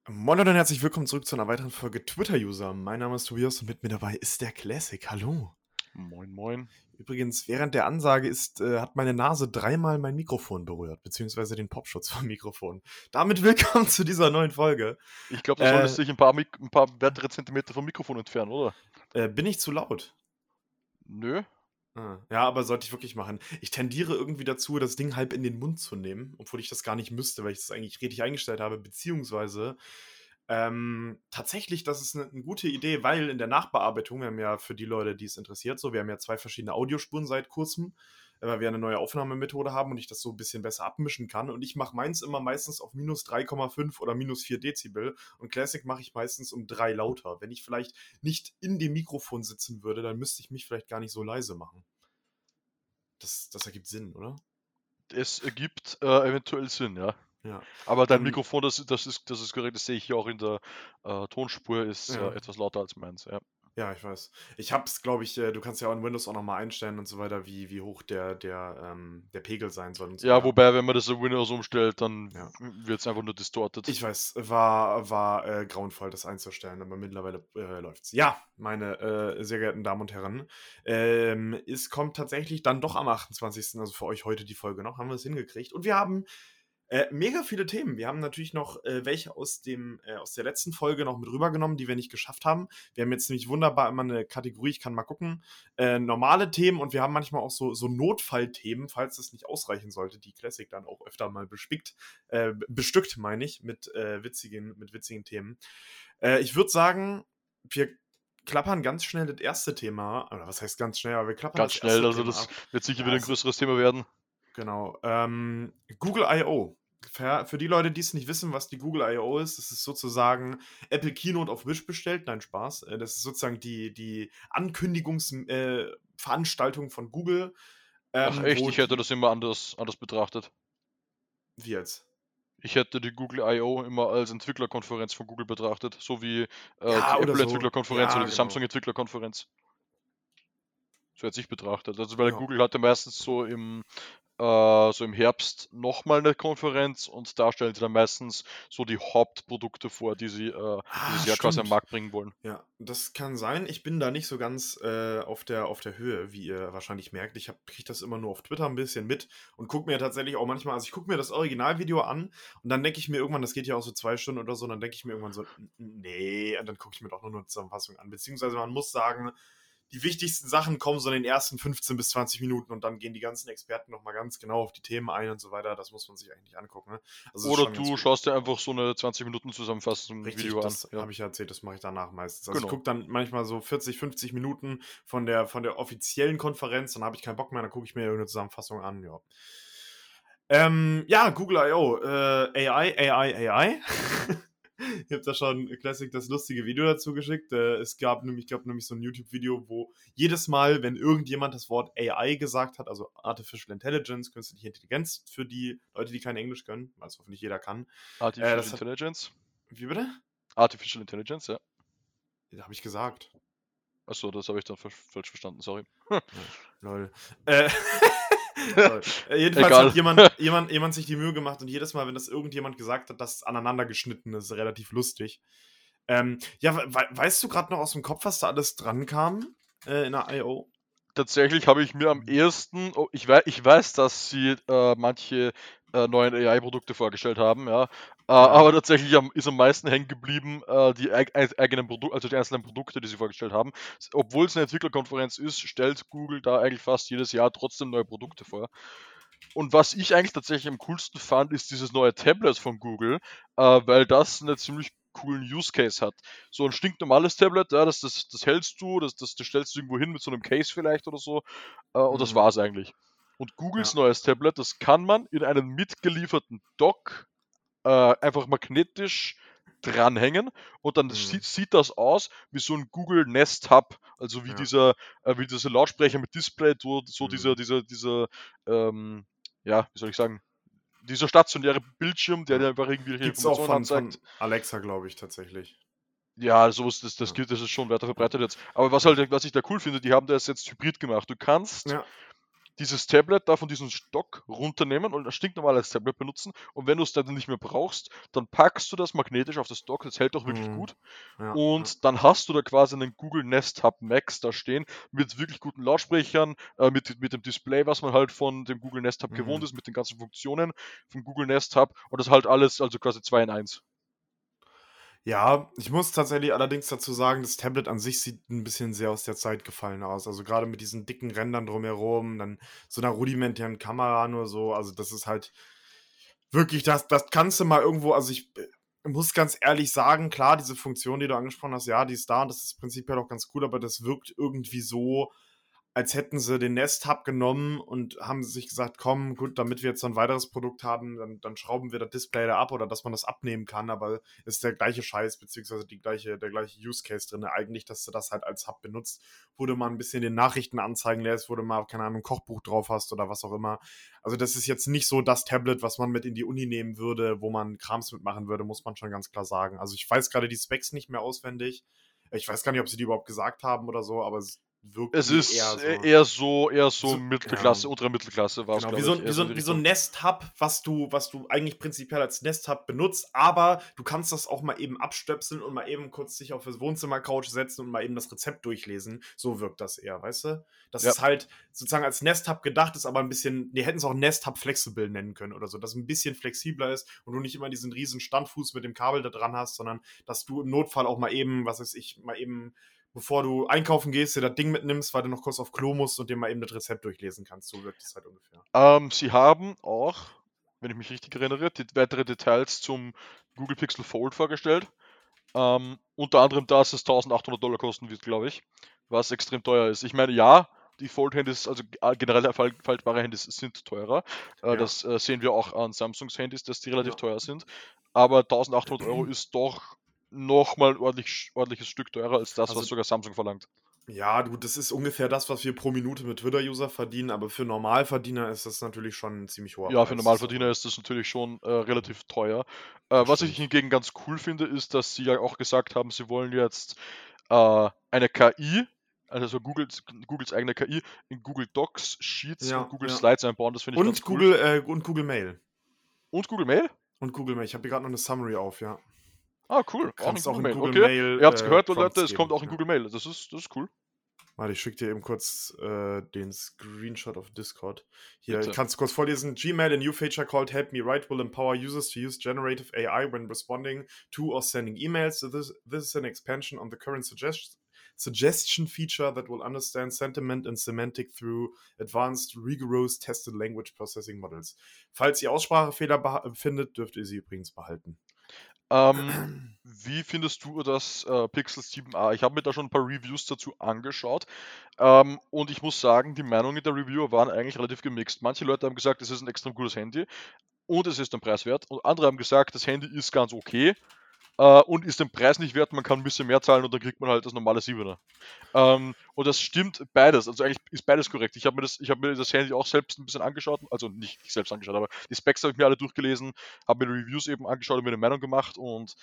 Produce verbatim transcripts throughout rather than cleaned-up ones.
Moin und herzlich willkommen zurück zu einer weiteren Folge Twitter-User. Mein Name ist Tobias und mit mir dabei ist der Classic. Hallo. Moin, moin. Übrigens, während der Ansage ist, äh, hat meine Nase dreimal mein Mikrofon berührt, beziehungsweise den Popschutz vom Mikrofon. Damit willkommen zu dieser neuen Folge. Ich glaube, du solltest Äh, dich ein paar, Mik ein paar weitere Zentimeter vom Mikrofon entfernen, oder? äh, bin ich zu laut? Nö. Ah, ja, aber sollte ich wirklich machen. Ich tendiere irgendwie dazu, das Ding halb in den Mund zu nehmen, obwohl ich das gar nicht müsste, weil ich das eigentlich richtig eingestellt habe, beziehungsweise ähm, tatsächlich, das ist eine 'ne gute Idee, weil in der Nachbearbeitung, wir haben ja für die Leute, die es interessiert, so, wir haben ja zwei verschiedene Audiospuren seit Kurzem, äh, weil wir eine neue Aufnahmemethode haben und ich das so ein bisschen besser abmischen kann. Und ich mache meins immer meistens auf minus drei Komma fünf oder minus vier Dezibel und Classic mache ich meistens um drei lauter. Wenn ich vielleicht nicht in dem Mikrofon sitzen würde, dann müsste ich mich vielleicht gar nicht so leise machen. Das, das ergibt Sinn, oder? Es ergibt äh, eventuell Sinn, ja. Ja. Aber dein Ähm, Mikrofon, das, das, ist, das ist korrekt, das sehe ich hier auch in der äh, Tonspur, ist äh, ja. etwas lauter als meins, ja. Ja, ich weiß. Ich hab's, glaube ich, äh, du kannst ja auch in Windows auch nochmal einstellen und so weiter, wie, wie hoch der, der, ähm, der Pegel sein soll und so Ja, weiter. wobei, wenn man das auf Windows umstellt, dann Ja. wird es einfach nur distorted. Ich weiß, war, war äh, grauenvoll, das einzustellen, aber mittlerweile äh, läuft's. Ja, meine äh, sehr geehrten Damen und Herren, ähm, es kommt tatsächlich dann doch am achtundzwanzigsten, also für euch heute die Folge noch, haben wir es hingekriegt. Und wir haben Äh, mega viele Themen. Wir haben natürlich noch äh, welche aus, dem, äh, aus der letzten Folge noch mit rübergenommen, die wir nicht geschafft haben. Wir haben jetzt nämlich wunderbar immer eine Kategorie, ich kann mal gucken, äh, normale Themen und wir haben manchmal auch so, so Notfallthemen, falls das nicht ausreichen sollte, die Classic dann auch öfter mal bespickt, äh, bestückt, meine ich, mit, äh, witzigen, mit witzigen Themen. Äh, ich würde sagen, wir klappern ganz schnell das erste Thema, oder was heißt ganz schnell, aber wir klappern Ganz das schnell, erste also Thema das ab. wird sicher Ja, wieder ein es, größeres Thema werden. Genau. Ähm, Google I O. Für, für die Leute, die es nicht wissen, was die Google I O ist, das ist sozusagen Apple Keynote auf Wish bestellt. Nein, Spaß. Äh, Das ist sozusagen die, die Ankündigungsveranstaltung von Google, Ach ähm, echt, wo ich hätte die. das immer anders, anders betrachtet. Wie jetzt? Ich hätte die Google I O immer als Entwicklerkonferenz von Google betrachtet, so wie äh, Ja, die oder so. Apple-Entwicklerkonferenz oder Ja, die genau. Samsung-Entwicklerkonferenz. So hätte ich betrachtet. Also weil Ja. Google hatte meistens so im, äh, so im Herbst nochmal eine Konferenz und da stellen sie dann meistens so die Hauptprodukte vor, die sie äh, Ah, dieses Jahr quasi am stimmt. Markt bringen wollen. Ja, das kann sein. Ich bin da nicht so ganz äh, auf der, auf der Höhe, wie ihr wahrscheinlich merkt. Ich kriege das immer nur auf Twitter ein bisschen mit und gucke mir tatsächlich auch manchmal, also ich gucke mir das Originalvideo an und dann denke ich mir irgendwann, das geht ja auch so zwei Stunden oder so, und dann denke ich mir irgendwann so, "N- nee, und dann gucke ich mir doch nur eine Zusammenfassung an. Beziehungsweise man muss sagen, die wichtigsten Sachen kommen so in den ersten fünfzehn bis zwanzig Minuten und dann gehen die ganzen Experten nochmal ganz genau auf die Themen ein und so weiter. Das muss man sich eigentlich angucken. Ne? Also das ist Oder schon ganz du gut. schaust dir einfach so eine zwanzig Minuten Zusammenfassung Richtig, Video an. das Ja, habe ich ja erzählt, das mache ich danach meistens. Also ich genau. gucke dann manchmal so vierzig, fünfzig Minuten von der, von der offiziellen Konferenz, dann habe ich keinen Bock mehr, dann gucke ich mir irgendeine Zusammenfassung an, ja. Ähm, ja, Google I O, äh, A I, A I, A I. Ich habe da schon Classic das lustige Video dazu geschickt. Äh, es gab nämlich, ich glaube, nämlich so ein YouTube-Video, wo jedes Mal, wenn irgendjemand das Wort A I gesagt hat, also Artificial Intelligence, künstliche Intelligenz, für die Leute, die kein Englisch können, was hoffentlich jeder kann, äh, Artificial das hat, Intelligence. wie bitte? Artificial Intelligence, ja. Ja, habe ich gesagt. Achso, das habe ich dann falsch verstanden, sorry. Ja, lol. Äh, lol. Äh, jedenfalls hat Egal. jemand, jemand, jemand sich die Mühe gemacht und jedes Mal, wenn das irgendjemand gesagt hat, dass es aneinander geschnitten ist, relativ lustig. Ähm, ja, we weißt du gerade noch aus dem Kopf, was da alles dran kam äh, in der I O? Tatsächlich habe ich mir am ersten, oh, ich, wei ich weiß, dass sie äh, manche äh, neuen A I-Produkte vorgestellt haben, ja. Äh, Ja. aber tatsächlich am, ist am meisten hängen geblieben äh, die eig eigenen Produkte, also die einzelnen Produkte, die sie vorgestellt haben. Obwohl es eine Entwicklerkonferenz ist, stellt Google da eigentlich fast jedes Jahr trotzdem neue Produkte vor. Und was ich eigentlich tatsächlich am coolsten fand, ist dieses neue Tablet von Google, äh, weil das einen ziemlich coolen Use Case hat. So ein stinknormales Tablet, ja, das, das, das hältst du, das, das, das stellst du irgendwo hin mit so einem Case vielleicht oder so, äh, und das Mhm. war's eigentlich. Und Googles Ja. neues Tablet, das kann man in einen mitgelieferten Dock äh, einfach magnetisch dranhängen und dann Mhm. sieht, sieht das aus wie so ein Google Nest Hub, also wie Ja. dieser, äh, wie dieser Lautsprecher mit Display, so, so dieser, Mhm. dieser, dieser, ähm, ja, wie soll ich sagen, dieser stationäre Bildschirm, der dir Ja. einfach irgendwelche Gibt's auch Informationen von, anzeigt. von Alexa, glaube ich, tatsächlich. Ja, sowas, das, das, Ja. gibt, das ist schon weiter Ja. verbreitet jetzt. Aber was Ja. halt, was ich da cool finde, die haben das jetzt hybrid gemacht. Du kannst Ja. dieses Tablet da von diesem Stock runternehmen und ein stinknormales Tablet benutzen. Und wenn du es dann nicht mehr brauchst, dann packst du das magnetisch auf das Dock. Das hält auch wirklich Mhm. gut. Ja, ja. Und dann hast du da quasi einen Google Nest Hub Max da stehen mit wirklich guten Lautsprechern, äh, mit, mit dem Display, was man halt von dem Google Nest Hub gewohnt Mhm. ist, mit den ganzen Funktionen vom Google Nest Hub. Und das halt alles, also quasi zwei in eins. Ja, ich muss tatsächlich allerdings dazu sagen, das Tablet an sich sieht ein bisschen sehr aus der Zeit gefallen aus. Also, gerade mit diesen dicken Rändern drumherum, dann so einer rudimentären Kamera nur so. Also, das ist halt wirklich das das kannst du mal irgendwo also, ich, äh, muss ganz ehrlich sagen, klar, diese Funktion, die du angesprochen hast, ja, die ist da und das ist prinzipiell auch ganz cool, aber das wirkt irgendwie so, als hätten sie den Nest Hub genommen und haben sich gesagt: „Komm, gut, damit wir jetzt so 'n weiteres Produkt haben, dann dann schrauben wir das Display da ab oder dass man das abnehmen kann“, aber ist der gleiche Scheiß beziehungsweise die gleiche der gleiche Use Case drin eigentlich, dass du das halt als Hub benutzt, wo du mal 'n bisschen den Nachrichten anzeigen lässt, wo du mal, keine Ahnung, 'n Kochbuch drauf hast oder was auch immer. Also, das ist jetzt nicht so das Tablet, was man mit in die Uni nehmen würde, wo man Krams mitmachen würde, muss man schon ganz klar sagen. Also, ich weiß grade die Specs nicht mehr auswendig. Ich weiß gar nicht, ob sie die überhaupt gesagt haben oder so, aber es wirkt Es mir ist eher äh, so eher so, eher so so ja, Mittelklasse, untere Mittelklasse war es, genau, wie glaube so ich, 'n wie eher so so in die 'n wie so 'n Richtung. Nest-Hub, was du was du eigentlich prinzipiell als Nest-Hub benutzt, aber du kannst das auch mal eben abstöpseln und mal eben kurz dich auf das Wohnzimmer-Couch setzen und mal eben das Rezept durchlesen. So wirkt das eher, weißt du? Dass Ja. es halt sozusagen als Nest-Hub gedacht ist, aber 'n bisschen die hätten's auch Nest-Hub Flexible nennen können oder so, dass 'n bisschen flexibler ist und du nicht immer diesen riesen Standfuß mit dem Kabel da dran hast, sondern dass du im Notfall auch mal eben, was weiß ich, mal eben, bevor du einkaufen gehst, dir das Ding mitnimmst, weil du noch kurz auf Klo musst und dir mal eben das Rezept durchlesen kannst. So wirkt es halt ungefähr. Ähm, sie haben auch, wenn ich mich richtig erinnere, die weitere Details zum Google Pixel Fold vorgestellt. Ähm, unter anderem, dass es eintausendachthundert Dollar kosten wird, glaube ich, was extrem teuer ist. Ich meine, ja, die Fold-Handys, also äh, generell fal faltbare Handys sind teurer. Äh, Ja, das äh, sehen wir auch an Samsungs Handys, dass die relativ ja. teuer sind. Aber eintausendachthundert Euro ist doch nochmal ein ordentlich, ordentliches Stück teurer als das, was Also, sogar Samsung verlangt. ja, gut, das ist ungefähr das, was wir pro Minute mit Twitter-User verdienen, aber für Normalverdiener ist das natürlich schon 'n ziemlich hoher Ja, für Preis. Das darf Normalverdiener man ist das natürlich schon äh, relativ teuer. Äh, das was ich stimmt. hingegen ganz cool finde, ist, dass sie ja auch gesagt haben, sie wollen jetzt äh, eine K I, also Googles, Googles eigene K I, in Google Docs, Sheets und Ja, Google ja. Slides einbauen. Das finde ich ganz Und cool. Google äh, und Google Mail. Und Google Mail? Und Google Mail. Ich habe hier grad noch 'ne Summary auf, ja. Ah, Du cool. Auch in kannst auch Google in Mail. Google Okay. Mail, Ihr habt's äh, gehört, Leute, Prompts es kommt geben, auch in ja. Google Mail. Das ist, das ist cool. Warte, ich schicke dir eben kurz, äh, den Screenshot auf Discord. Hier, Bitte. kannst du kurz vorlesen. Gmail, a new feature called Help Me Write will empower users to use generative A I when responding to or sending emails. So this, this is an expansion on the current suggest suggestion feature that will understand sentiment and semantic through advanced, rigorous tested language processing models. Falls ihr Aussprachefehler beha- findet, dürft ihr sie übrigens behalten. Ähm, wie findest du das äh, Pixel sieben a? Ich habe mir da schon ein paar Reviews dazu angeschaut. Ähm, und ich muss sagen, die Meinungen der Reviewer waren eigentlich relativ gemixt. Manche Leute haben gesagt, es ist ein extrem gutes Handy und es ist ein Preis wert. Und andere haben gesagt, das Handy ist ganz okay äh, und ist den Preis nicht wert. Man kann ein bisschen mehr zahlen und dann kriegt man halt das normale siebener. Ähm, und das stimmt beides. Also eigentlich ist beides korrekt. Ich habe mir das, ich habe mir das Handy auch selbst ein bisschen angeschaut. Also nicht ich selbst angeschaut, aber die Specs habe ich mir alle durchgelesen, habe mir die Reviews eben angeschaut und mir eine Meinung gemacht. Und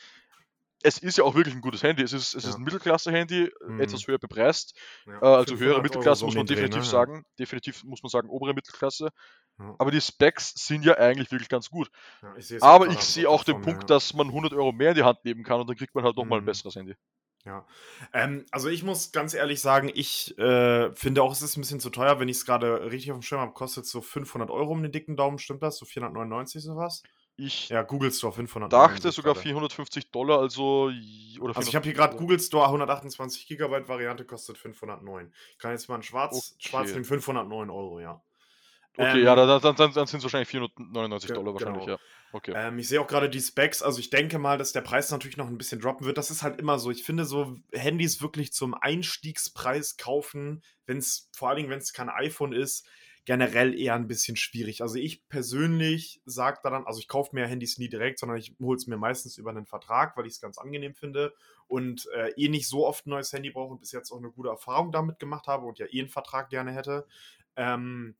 es ist ja auch wirklich ein gutes Handy. Es ist, es ist Ja. ein Mittelklasse-Handy, Hm. etwas höher bepreist. Ja. Äh, also höhere fünfhundert Euro Mittelklasse so um muss man den Dreh, definitiv ne? sagen. Definitiv muss man sagen, obere Mittelklasse. Ja. Ja. Aber die Specs sind ja eigentlich wirklich ganz gut. Ja, ich sehe es auch Aber gerade ich auf, sehe auf der auch den Form, Punkt, ja. dass man hundert Euro mehr in die Hand nehmen kann und dann kriegt man halt nochmal ein Hm. besseres Handy. Ja. Ähm, also ich muss ganz ehrlich sagen, ich äh, finde auch, es ist ein bisschen zu teuer. Wenn ich es gerade richtig auf dem Schirm habe, kostet es so fünfhundert Euro um den dicken Daumen. Stimmt das? So vierhundertneunundneunzig sowas? Ich Ja, Google Store fünfhundertneun dachte sehe ich sogar gerade. vierhundertfünfzig Dollar, also j- oder Also ich vierhundert, habe hier gerade oder? Google Store hundertachtundzwanzig Gigabyte Variante kostet fünfhundertneun. Ich kann jetzt mal einen Schwarz, Schwarz Okay. nehmen, fünfhundertneun Euro, ja. Okay, ja, Ähm, dann, dann, dann, dann sind es wahrscheinlich vierhundertneunundneunzig ge Dollar wahrscheinlich, genau. ja. Okay. Ähm, ich sehe auch gerade die Specs, also ich denke mal, dass der Preis natürlich noch ein bisschen droppen wird. Das ist halt immer so. Ich finde so Handys wirklich zum Einstiegspreis kaufen, wenn es vor allen Dingen, wenn es kein iPhone ist, generell eher ein bisschen schwierig. Also ich persönlich sage da dann, also ich kaufe mir Handys nie direkt, sondern ich hole es mir meistens über einen Vertrag, weil ich es ganz angenehm finde und äh, eh nicht so oft ein neues Handy brauche und bis jetzt auch eine gute Erfahrung damit gemacht habe und ja eh einen Vertrag gerne hätte. Ähm,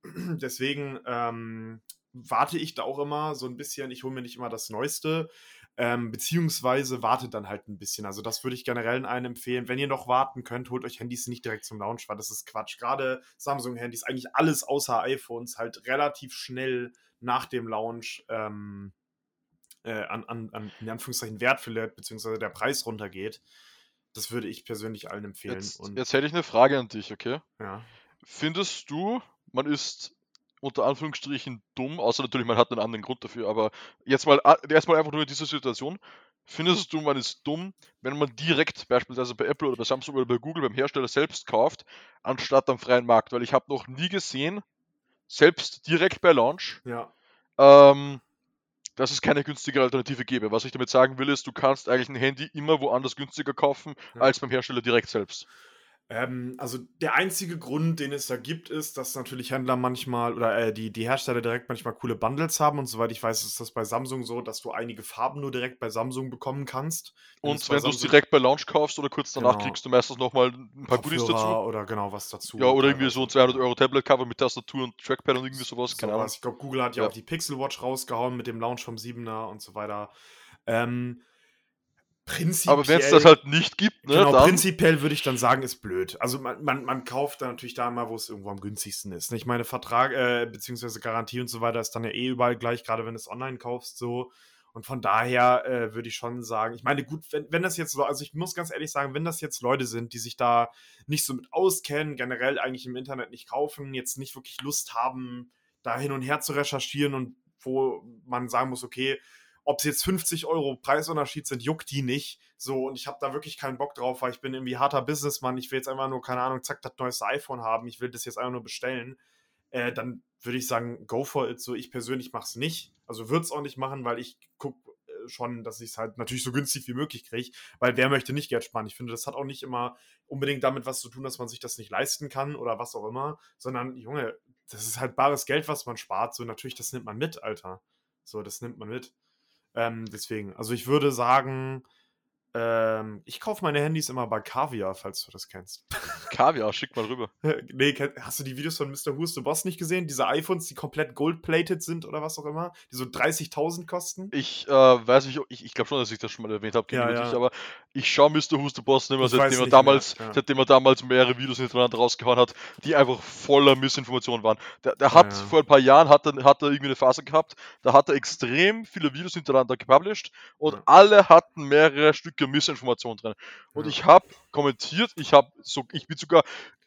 deswegen ähm, warte ich da auch immer so ein bisschen. Ich hole mir nicht immer das Neueste. Ähm, beziehungsweise wartet dann halt ein bisschen. Also das würde ich generell allen empfehlen. Wenn ihr noch warten könnt, holt euch Handys nicht direkt zum Launch, weil das ist Quatsch. Gerade Samsung-Handys, eigentlich alles außer iPhones, halt relativ schnell nach dem Launch ähm, äh, an, an, an, in Anführungszeichen, Wert verliert, beziehungsweise der Preis runtergeht. Das würde ich persönlich allen empfehlen. Jetzt, Und jetzt hätte ich eine Frage an dich, okay? ja. Findest du, man ist unter Anführungsstrichen dumm, außer natürlich, man hat einen anderen Grund dafür, aber jetzt mal a- erstmal einfach nur in dieser Situation. Findest du, man ist dumm, wenn man direkt beispielsweise bei Apple oder bei Samsung oder bei Google beim Hersteller selbst kauft, anstatt am freien Markt? Weil ich habe noch nie gesehen, selbst direkt bei Launch, Ja. ähm, dass es keine günstige Alternative gäbe. Was ich damit sagen will, ist, du kannst eigentlich ein Handy immer woanders günstiger kaufen, Ja. als beim Hersteller direkt selbst. Ähm, also der einzige Grund, den es da gibt, ist, dass natürlich Händler manchmal oder äh, die, die Hersteller direkt manchmal coole Bundles haben. Und soweit ich weiß, ist das bei Samsung so, dass du einige Farben nur direkt bei Samsung bekommen kannst. Wenn es Und bei wenn du es Samsung direkt bei Launch kaufst oder kurz danach, genau kriegst du meistens nochmal ein paar Goodies dazu. Kopfhörer oder genau was Ja, dazu oder irgendwie so ein teilweise. zweihundert Euro Tablet-Cover mit Tastatur und Trackpad und irgendwie sowas, keine Ahnung. Sowas. Ich glaube, Google hat ja Ja. auch die Pixel Watch rausgehauen mit dem Launch vom siebener und so weiter. Ähm, Aber wenn es das prinzipiell, halt nicht gibt, ne, genau, dann. prinzipiell würde ich dann sagen, ist blöd. Also man, man, man kauft dann natürlich da mal, wo es irgendwo am günstigsten ist. Ich meine, Vertrag, äh, beziehungsweise Garantie und so weiter ist dann ja eh überall gleich, gerade wenn du es online kaufst, so. Und von daher äh, würde ich schon sagen, ich meine, gut, wenn, wenn das jetzt, Leu- also ich muss ganz ehrlich sagen, wenn das jetzt Leute sind, die sich da nicht so mit auskennen, generell eigentlich im Internet nicht kaufen, jetzt nicht wirklich Lust haben, da hin und her zu recherchieren und wo man sagen muss, okay, ob es jetzt fünfzig Euro Preisunterschied sind, juckt die nicht. So, und ich habe da wirklich keinen Bock drauf, weil ich bin irgendwie harter Businessmann. Ich will jetzt einfach nur, keine Ahnung, zack, das neueste iPhone haben. Ich will das jetzt einfach nur bestellen. Äh, dann würde ich sagen, go for it. So, ich persönlich mache es nicht. Also würde es auch nicht machen, weil ich gucke äh, schon, dass ich es halt natürlich so günstig wie möglich kriege. Weil wer möchte nicht Geld sparen? Ich finde, das hat auch nicht immer unbedingt damit was zu tun, dass man sich das nicht leisten kann oder was auch immer. Sondern, Junge, das ist halt bares Geld, was man spart. So, natürlich, das nimmt man mit, Alter. So, das nimmt man mit. Ähm, deswegen, also ich würde sagen, ähm, ich kaufe meine Handys immer bei Kaviar, falls du das kennst. Kaviar, schick mal rüber. Nee, kenn- hast du die Videos von Mister Who's the Boss nicht gesehen? Diese iPhones, die komplett gold-plated sind oder was auch immer, die so dreißigtausend kosten? Ich äh, weiß nicht, ob- ich, ich glaube schon, dass ich das schon mal erwähnt habe Ja, gegenüber dich, ja. aber ich schaue Mister Who's the Boss nicht mehr, Ich weiß seitdem er nicht mehr. damals, Ja, seitdem er damals mehrere Videos hintereinander rausgehauen hat, die einfach voller Missinformationen waren. Der, der ja, hat ja. vor ein paar Jahren hat er, hat er irgendwie eine Phase gehabt, da hat er extrem viele Videos hintereinander gepublished und Ja, alle hatten mehrere Stücke Missinformationen drin. Und ja. ich habe kommentiert, ich habe so, ich bin sogar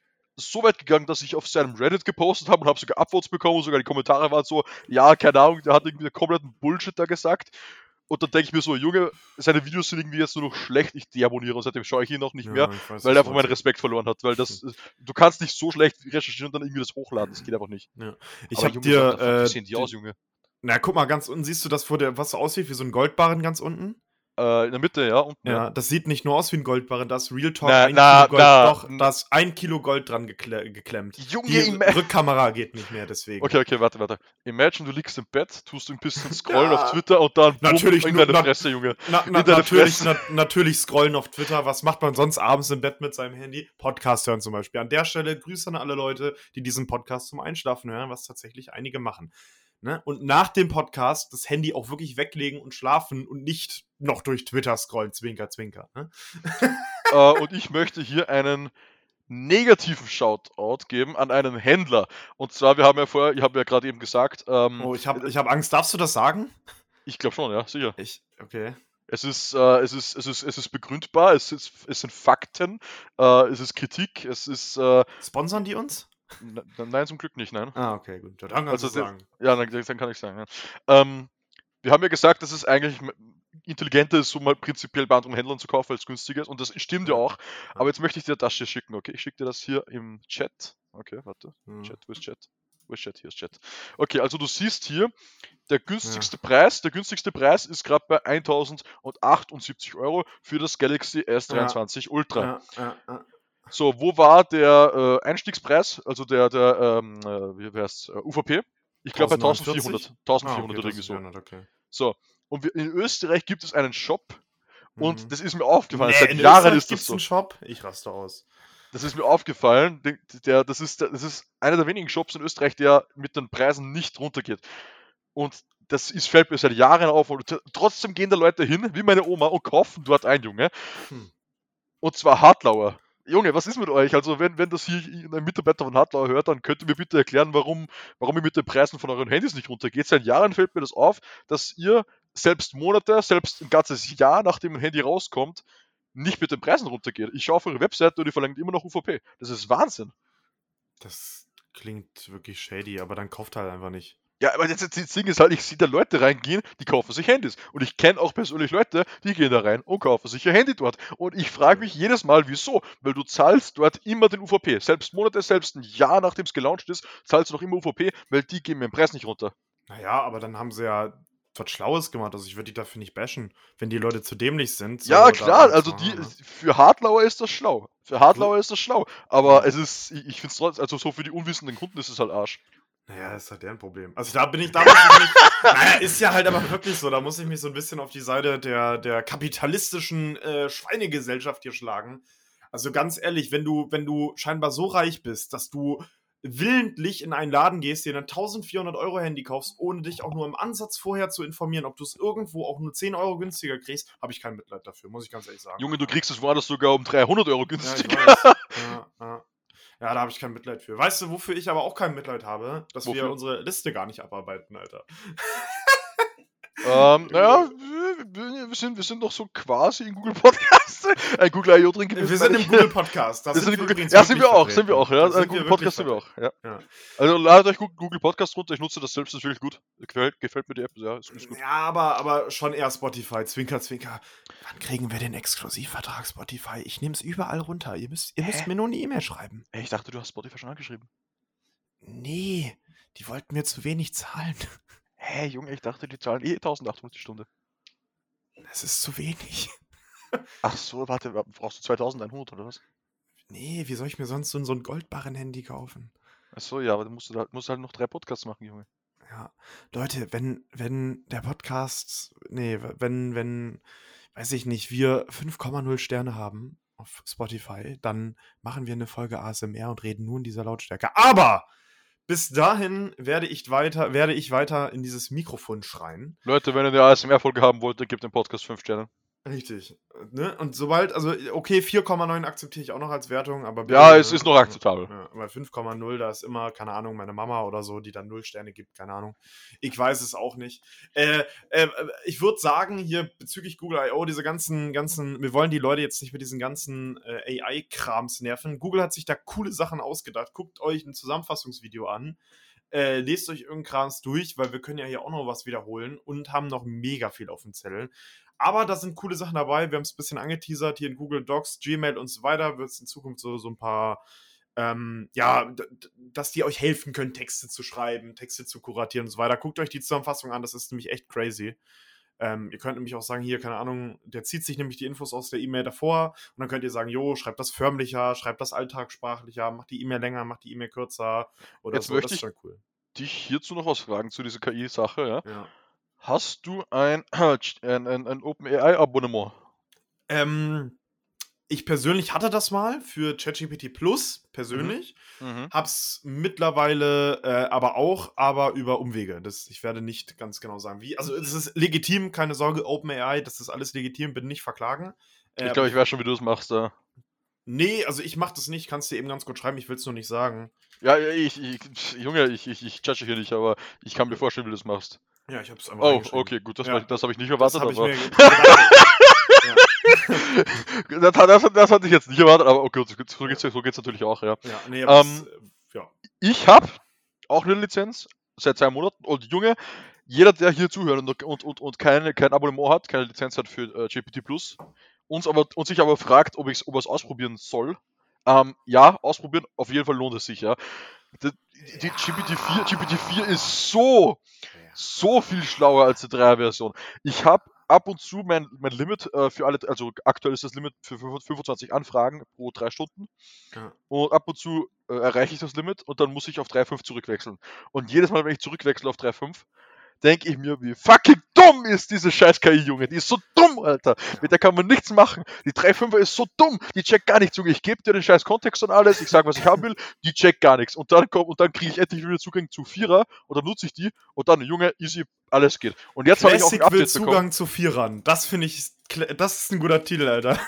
so weit gegangen, dass ich auf seinem Reddit gepostet habe und habe sogar Upvotes bekommen und sogar die Kommentare waren so, ja, keine Ahnung, der hat irgendwie kompletten Bullshit da gesagt. Und dann denke ich mir so, Junge, seine Videos sind irgendwie jetzt nur noch schlecht, ich deabonniere und seitdem schaue ich ihn noch nicht mehr, Ja, ich weiß, weil was er du einfach meinen meinst. Respekt verloren hat, weil das, du kannst nicht so schlecht recherchieren und dann irgendwie das hochladen, das geht einfach nicht. Ja. Ich Aber habe Junge, what the dir, fuck, wie äh, sehen die die, aus, Junge? na guck mal, ganz unten siehst du das, wo der, was so aussieht wie so ein Goldbarren ganz unten? Äh, in der Mitte, ja, unten, ja. Ja, das sieht nicht nur aus wie ein Goldbarren, da ist Real Talk Na, ein na, Kilo Gold. na, Doch, n- da ist ein Kilo Gold dran gekle geklemmt. Junge, Die im Rückkamera geht nicht mehr, deswegen. Okay, okay, warte, warte. Imagine, du liegst im Bett, tust ein bisschen scrollen auf Ja, Twitter und dann bumm, natürlich in nur, deine na, Fresse, Junge. na, na, In deine natürlich, Fresse. na, natürlich scrollen auf Twitter. Was macht man sonst abends im Bett mit seinem Handy? Podcast hören zum Beispiel. An der Stelle Grüße an alle Leute, die diesen Podcast zum Einschlafen hören, was tatsächlich einige machen. Ne? Und nach dem Podcast das Handy auch wirklich weglegen und schlafen und nicht noch durch Twitter scrollen, zwinker, zwinker. Ne? Äh, und ich möchte hier einen negativen Shoutout geben an einen Händler. Und zwar, wir haben ja vorher, ich habe ja gerade eben gesagt, ähm, Oh, ich habe ich hab Angst. Darfst du das sagen? ich glaube schon, ja, sicher. Ich, okay. Es ist, äh, es ist, es ist, es ist begründbar, es, ist, es sind Fakten, äh, es ist Kritik, es ist, äh, Sponsern die uns? n- nein, zum Glück nicht, nein. Ah, okay, gut. Ja, dann kannst Also, du das, sagen. ja, dann, dann kann ich sagen, ja. Ähm, wir haben ja gesagt, dass es eigentlich m- intelligenter ist, so mal prinzipiell bei anderen Händlern zu kaufen, weil es günstiger ist. Und das stimmt ja Ja, auch. ja, Aber jetzt möchte ich dir das hier schicken, okay? Ich schicke dir das hier im Chat. Okay, warte. ja, Chat, wo ist Chat? Wo ist Chat? Hier ist Chat. Okay, also du siehst hier, der ja, günstigste Preis, der günstigste Preis ist gerade bei eintausendachtundsiebenzig Euro für das Galaxy S ja, dreiundzwanzig Ultra. ja, ja, ja. So, wo war der äh, Einstiegspreis, also der, der ähm, äh, wie heißt U V P? Ich glaube bei tausendneunundvierzig? eintausendvierhundert, Ah, eintausendvierhundert okay, oder das irgendwie ist so. ja nicht okay. So, und wir, in Österreich gibt es einen Shop und Mhm. das ist mir aufgefallen. Nee, Seit in Jahren Österreich ist das gibt's so. einen Shop? Ich raste aus. Das ist mir aufgefallen. Der, der, das, ist, das ist einer der wenigen Shops in Österreich, der mit den Preisen nicht runtergeht. Und das ist, fällt mir seit Jahren auf. Und t- trotzdem gehen da Leute hin, wie meine Oma, und kaufen dort ein, Junge. Hm. Und zwar Hartlauer. Junge, was ist mit euch? Also, wenn, wenn das hier ein Mitarbeiter von Hartlauer hört, dann könnt ihr mir bitte erklären, warum, warum ihr mit den Preisen von euren Handys nicht runtergeht. Seit Jahren fällt mir das auf, dass ihr selbst Monate, selbst ein ganzes Jahr, nachdem ein Handy rauskommt, nicht mit den Preisen runtergeht. Ich schaue auf eure Webseite und die verlangt immer noch U V P. Das ist Wahnsinn. Das klingt wirklich shady, aber dann kauft halt einfach nicht. Ja, aber jetzt, das Ding ist halt, ich sehe da Leute reingehen, die kaufen sich Handys. Und ich kenne auch persönlich Leute, die gehen da rein und kaufen sich ihr Handy dort. Und ich frage mich jedes Mal, wieso? Weil du zahlst dort immer den U V P. Selbst Monate, selbst ein Jahr nachdem es gelauncht ist, zahlst du noch immer U V P, weil die geben mir den Preis nicht runter. Naja, aber dann haben sie ja was Schlaues gemacht. Also ich würde die dafür nicht bashen, wenn die Leute zu dämlich sind. So Ja, klar, da also zu- die, ne? für Hartlauer ist das schlau. Für Hartlauer ist das schlau. Aber Ja. es ist, ich, ich finde es trotzdem, also so für die unwissenden Kunden ist es halt Arsch. Naja, das ist halt deren Problem. Also da bin ich, da muss ich mich, naja, ist ja halt aber wirklich so, da muss ich mich so ein bisschen auf die Seite der, der kapitalistischen äh, Schweinegesellschaft hier schlagen. Also ganz ehrlich, wenn du, wenn du scheinbar so reich bist, dass du willentlich in einen Laden gehst, dir ein eintausendvierhundert Euro Handy kaufst, ohne dich auch nur im Ansatz vorher zu informieren, ob du es irgendwo auch nur zehn Euro günstiger kriegst, habe ich kein Mitleid dafür, muss ich ganz ehrlich sagen. Junge, du kriegst es woanders sogar um dreihundert Euro Ja, ich günstiger. weiß. Ja, ja. Ja, da habe ich kein Mitleid für. Weißt du, wofür ich aber auch kein Mitleid habe? Dass wir Wofür? unsere Liste gar nicht abarbeiten, Alter. Ähm, naja, wir, wir, sind, wir sind doch so quasi in Google Podcast. Ein Google I O drin gewesen. Wir sind meine im ich. Google Podcast. Da Wir sind im Google, übrigens ja, sind wirklich wir auch, vertreten. sind wir auch, ja. Da Ein sind wir Google wirklich Podcast sind wir auch, vertreten. ja. Ja. Also ladet euch Gu- Google Podcast runter, ich nutze das selbst, das ist wirklich gut. Gefällt, gefällt mir die App, ja, ist, ist gut. Ja, aber, aber schon eher Spotify. Zwinker, zwinker. Wann kriegen wir den Exklusivvertrag Spotify? Ich nehme es überall runter. Ihr müsst, ihr müsst Hä? mir nur eine E-Mail schreiben. Ey, ich dachte, du hast Spotify schon angeschrieben. Nee, die wollten mir zu wenig zahlen. Hä, hey, Junge, ich dachte, die zahlen eh eintausendachthundert die Stunde. Das ist zu wenig. Ach so, warte, brauchst du zweitausendeinhundert oder was? Nee, wie soll ich mir sonst so ein, so ein Goldbarren-Handy kaufen? Ach so, ja, aber dann musst du halt, musst halt noch drei Podcasts machen, Junge. Ja, Leute, wenn, wenn der Podcast, nee, wenn, wenn, weiß ich nicht, wir fünf Komma null Sterne haben auf Spotify, dann machen wir eine Folge A S M R und reden nur in dieser Lautstärke. Aber bis dahin werde ich weiter, werde ich weiter in dieses Mikrofon schreien. Leute, wenn ihr eine A S M R-Folge haben wollt, dann gebt dem Podcast fünf Sterne. Richtig. Ne? Und sobald, also okay, vier Komma neun akzeptiere ich auch noch als Wertung, aber bitte, Ja, es ne? ist noch akzeptabel. Ja, aber fünf Komma null, da ist immer, keine Ahnung, meine Mama oder so, die dann null Sterne gibt, keine Ahnung. Ich weiß es auch nicht. Äh, äh, ich würde sagen, hier bezüglich Google I O, diese ganzen, ganzen, wir wollen die Leute jetzt nicht mit diesen ganzen äh, A I-Krams nerven. Google hat sich da coole Sachen ausgedacht. Guckt euch ein Zusammenfassungsvideo an. Äh, lest euch irgendeinen Krams durch, weil wir können ja hier auch noch was wiederholen und haben noch mega viel auf dem Zettel. Aber da sind coole Sachen dabei. Wir haben es ein bisschen angeteasert hier in Google Docs, Gmail und so weiter. Wird es in Zukunft so, so ein paar, ähm, ja, d- d- dass die euch helfen können, Texte zu schreiben, Texte zu kuratieren und so weiter. Guckt euch die Zusammenfassung an, das ist nämlich echt crazy. Ähm, ihr könnt nämlich auch sagen, hier, keine Ahnung, der zieht sich nämlich die Infos aus der E-Mail davor und dann könnt ihr sagen, jo, schreibt das förmlicher, schreibt das alltagssprachlicher, macht die E-Mail länger, macht die E-Mail kürzer oder Jetzt so. möchte Das ist ich- schon cool. Dich hierzu noch was fragen, zu dieser K I-Sache, ja? Ja. Hast du ein, ein, ein, ein OpenAI-Abonnement? Ähm, ich persönlich hatte das mal für ChatGPT Plus, persönlich. Mhm. Hab's mittlerweile äh, aber auch, aber über Umwege. Das, ich werde nicht ganz genau sagen, wie. Also, es ist legitim, keine Sorge, OpenAI, das ist alles legitim, bitte nicht verklagen. Äh, Ich glaube, ich weiß schon, wie du das machst. Ja, Nee, also ich mach das nicht, kannst dir eben ganz gut schreiben, ich will es nur nicht sagen. ja ich, ich, Junge, ich, ich, ich judge hier nicht, aber ich kann mir vorstellen, wie du das machst. Ja, ich hab's einfach Oh, reingeschrieben. okay, gut, das, Ja. war, das habe ich nicht Das erwartet, habe ich aber mir gedacht. Ja. das, das, das hatte ich jetzt nicht erwartet, aber okay, so, so geht's, so geht's natürlich auch, ja. Ja, nee, aber Ähm, das, äh, ja. Ich habe auch eine Lizenz seit zwei Monaten und Junge, jeder, der hier zuhört und, und, und, und keine, kein Abonnement hat, keine Lizenz hat für äh, G P T Plus, uns aber, und sich aber fragt, ob ich es ob er's ausprobieren soll, ähm, ja, ausprobieren, auf jeden Fall lohnt es sich, ja. Die, die G P T vier, G P T vier ist so, so viel schlauer als die Dreier-Version. Ich habe ab und zu mein, mein Limit äh, für alle, also aktuell ist das Limit für fünfundzwanzig Anfragen pro drei Stunden. Ja. Und ab und zu äh, erreiche ich das Limit und dann muss ich auf drei Komma fünf zurückwechseln. Und jedes Mal, wenn ich zurückwechsle auf drei Komma fünf, denke ich mir, wie fucking dumm ist diese scheiß K I, Junge. Die ist so dumm, Alter. Mit der kann man nichts machen. Die drei Komma fünfer ist so dumm. Die checkt gar nichts, Junge. Ich gebe dir den scheiß Kontext und alles. Ich sag, was ich haben will. Die checkt gar nichts. Und dann kommt, und dann kriege ich endlich wieder Zugang zu Vierer und dann nutze ich die und dann, Junge, easy, alles geht. Und jetzt habe ich auch ein Classic will Update bekommen. Zugang zu Vierern. Das finde ich, das ist ein guter Titel, Alter.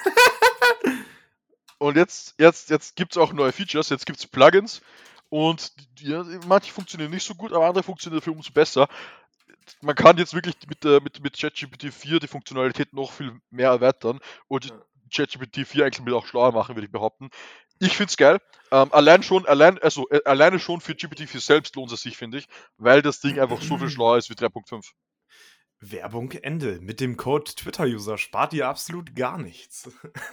Und jetzt, jetzt, jetzt gibt es auch neue Features, jetzt gibt es Plugins und die, ja, manche funktionieren nicht so gut, aber andere funktionieren dafür umso besser. Man kann jetzt wirklich mit, äh, mit, mit ChatGPT vier die Funktionalität noch viel mehr erweitern und Ja. ChatGPT vier eigentlich mit auch schlauer machen, würde ich behaupten. Ich finde es geil. Ähm, allein schon, allein, also, äh, alleine schon für G P T vier selbst lohnt es sich, finde ich, weil das Ding einfach so viel schlauer ist wie drei Punkt fünf. Werbung Ende. Mit dem Code Twitter-User spart ihr absolut gar nichts.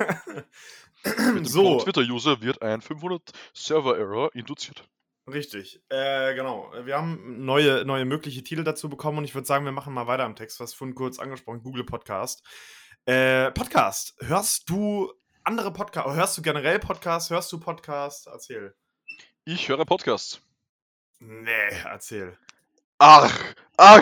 Mit dem So. Code Twitter-User wird ein fünfhundert Server-Error induziert. Richtig, äh, genau. Wir haben neue, neue mögliche Titel dazu bekommen und ich würde sagen, wir machen mal weiter am Text, was vorhin kurz angesprochen, Google Podcast. Äh, Podcast, hörst du andere Podcasts, hörst du generell Podcasts, hörst du Podcasts? Erzähl. Ich höre Podcasts. Nee, erzähl. Ach, ach.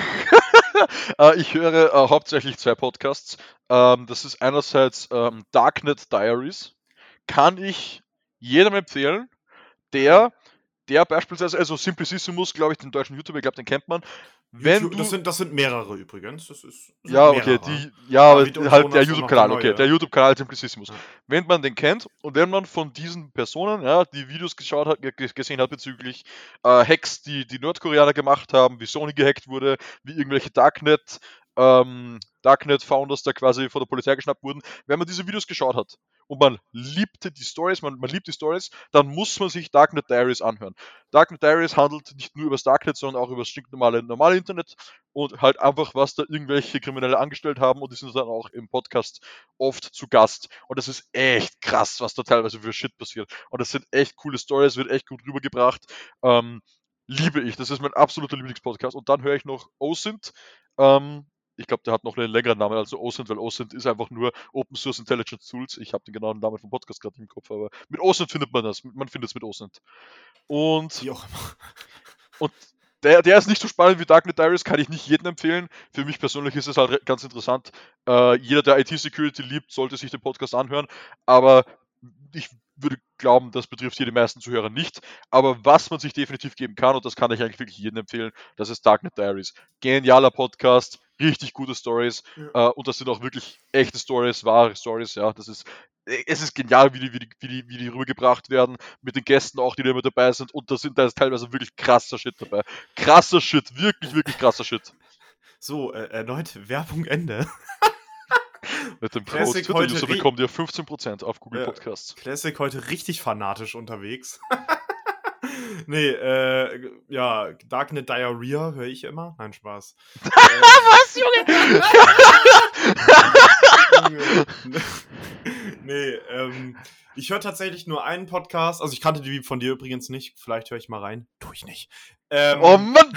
äh, ich höre äh, hauptsächlich zwei Podcasts. Ähm, das ist einerseits ähm, Darknet Diaries. Kann ich jedem empfehlen, der, der beispielsweise, also Simplicissimus, glaube ich, den deutschen YouTuber, ich glaube, den kennt man. Wenn YouTube, du, das, sind, das sind mehrere übrigens. Das ist, das ja, sind okay, mehrere. die, ja, David und halt der Jonas und noch YouTube-Kanal, der okay, neue. der YouTube-Kanal Simplicissimus. Ja. Wenn man den kennt und wenn man von diesen Personen, ja, die Videos geschaut hat, ge- gesehen hat bezüglich äh, Hacks, die die Nordkoreaner gemacht haben, wie Sony gehackt wurde, wie irgendwelche Darknet, ähm, Darknet-Founders da quasi von der Polizei geschnappt wurden, wenn man diese Videos geschaut hat und man liebte die Stories, man, man liebt die Stories, dann muss man sich Darknet Diaries anhören. Darknet Diaries handelt nicht nur über das Darknet, sondern auch über das stinknormale normale Internet und halt einfach, was da irgendwelche Kriminelle angestellt haben und die sind dann auch im Podcast oft zu Gast. Und das ist echt krass, was da teilweise für Shit passiert. Und das sind echt coole Stories, wird echt gut rübergebracht. Ähm, liebe ich, das ist mein absoluter Lieblingspodcast. Und dann höre ich noch OSINT. Ähm, ich glaube, der hat noch einen längeren Namen als OSINT, weil OSINT ist einfach nur Open Source Intelligence Tools. Ich habe den genauen Namen vom Podcast gerade im Kopf, aber mit OSINT findet man das. Man findet es mit OSINT. Und, Wie auch immer. und der, der ist nicht so spannend wie Darknet Diaries, kann ich nicht jedem empfehlen. Für mich persönlich ist es halt re- ganz interessant. Äh, jeder, der I T-Security liebt, sollte sich den Podcast anhören. Aber ich würde glauben, das betrifft hier die meisten Zuhörer nicht. Aber was man sich definitiv geben kann, und das kann ich eigentlich wirklich jedem empfehlen, das ist Darknet Diaries. Genialer Podcast, richtig gute Stories. Ja. Äh, und das sind auch wirklich echte Stories, wahre Stories. Ja, das ist, es ist genial, wie die, wie, die, wie, die, wie die rübergebracht werden, mit den Gästen auch, die da immer dabei sind. Und da sind da ist teilweise wirklich krasser Shit dabei. Krasser Shit, wirklich, wirklich krasser Shit. So, äh, erneut Werbung Ende. Mit dem Code Classic Twitter-User heute ri- bekommt ihr fünfzehn Prozent auf Google Ja. Podcasts. Classic heute richtig fanatisch unterwegs. Nee, äh, ja, Darknet Diarrhea höre ich immer. Nein, Spaß. Was, Junge? Nee, ähm, ich höre tatsächlich nur einen Podcast. Also ich kannte die von dir übrigens nicht. Vielleicht höre ich mal rein. Tu ich nicht. Ähm, Oh Mann!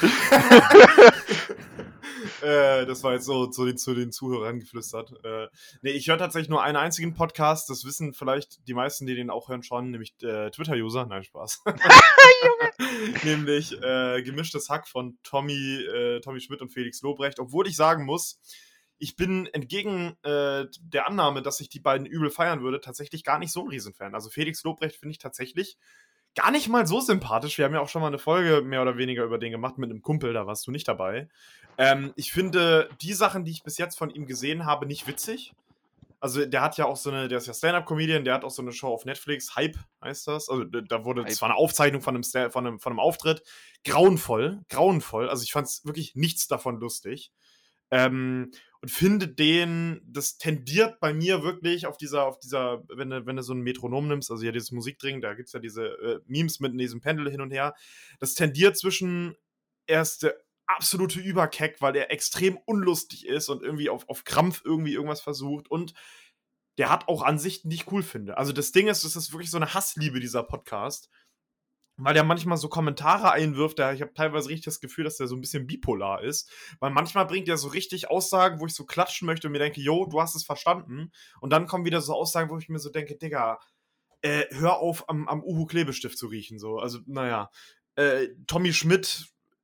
äh, das war jetzt so zu den, zu den Zuhörern geflüstert. Äh, nee, ich höre tatsächlich nur einen einzigen Podcast. Das wissen vielleicht die meisten, die den auch hören, schon. Nämlich äh, Twitter-User. Nein, Spaß. Nämlich äh, Gemischtes Hack von Tommy, äh, Tommy Schmidt und Felix Lobrecht. Obwohl ich sagen muss, ich bin entgegen äh, der Annahme, dass ich die beiden übel feiern würde, tatsächlich gar nicht so ein Riesenfan. Also Felix Lobrecht finde ich tatsächlich gar nicht mal so sympathisch. Wir haben ja auch schon mal eine Folge mehr oder weniger über den gemacht mit einem Kumpel, da warst du nicht dabei. Ähm, ich finde die Sachen, die ich bis jetzt von ihm gesehen habe, nicht witzig. Also der hat ja auch so eine, der ist ja Stand-Up-Comedian, der hat auch so eine Show auf Netflix, Hype heißt das. Also da wurde, Hype. das war eine Aufzeichnung von einem, Sta- von einem, von einem Auftritt. Grauenvoll, grauenvoll. Also ich fand es wirklich nichts davon lustig. Ähm, und finde den, das tendiert bei mir wirklich auf dieser, auf dieser, wenn du, wenn du so ein Metronom nimmst, also ja dieses Musikding, da gibt es ja diese äh, Memes mit diesem Pendel hin und her, das tendiert zwischen, er ist der absolute Überkeck, weil er extrem unlustig ist und irgendwie auf, auf Krampf irgendwie irgendwas versucht und der hat auch Ansichten, die ich cool finde. Also das Ding ist, das ist wirklich so eine Hassliebe, dieser Podcast, weil der manchmal so Kommentare einwirft, da ich habe teilweise richtig das Gefühl, dass der so ein bisschen bipolar ist, weil manchmal bringt er so richtig Aussagen, wo ich so klatschen möchte und mir denke, yo, du hast es verstanden, und dann kommen wieder so Aussagen, wo ich mir so denke, Digga, äh, hör auf, am, am Uhu Klebestift zu riechen, so, also, naja. Äh, Tommy Schmidt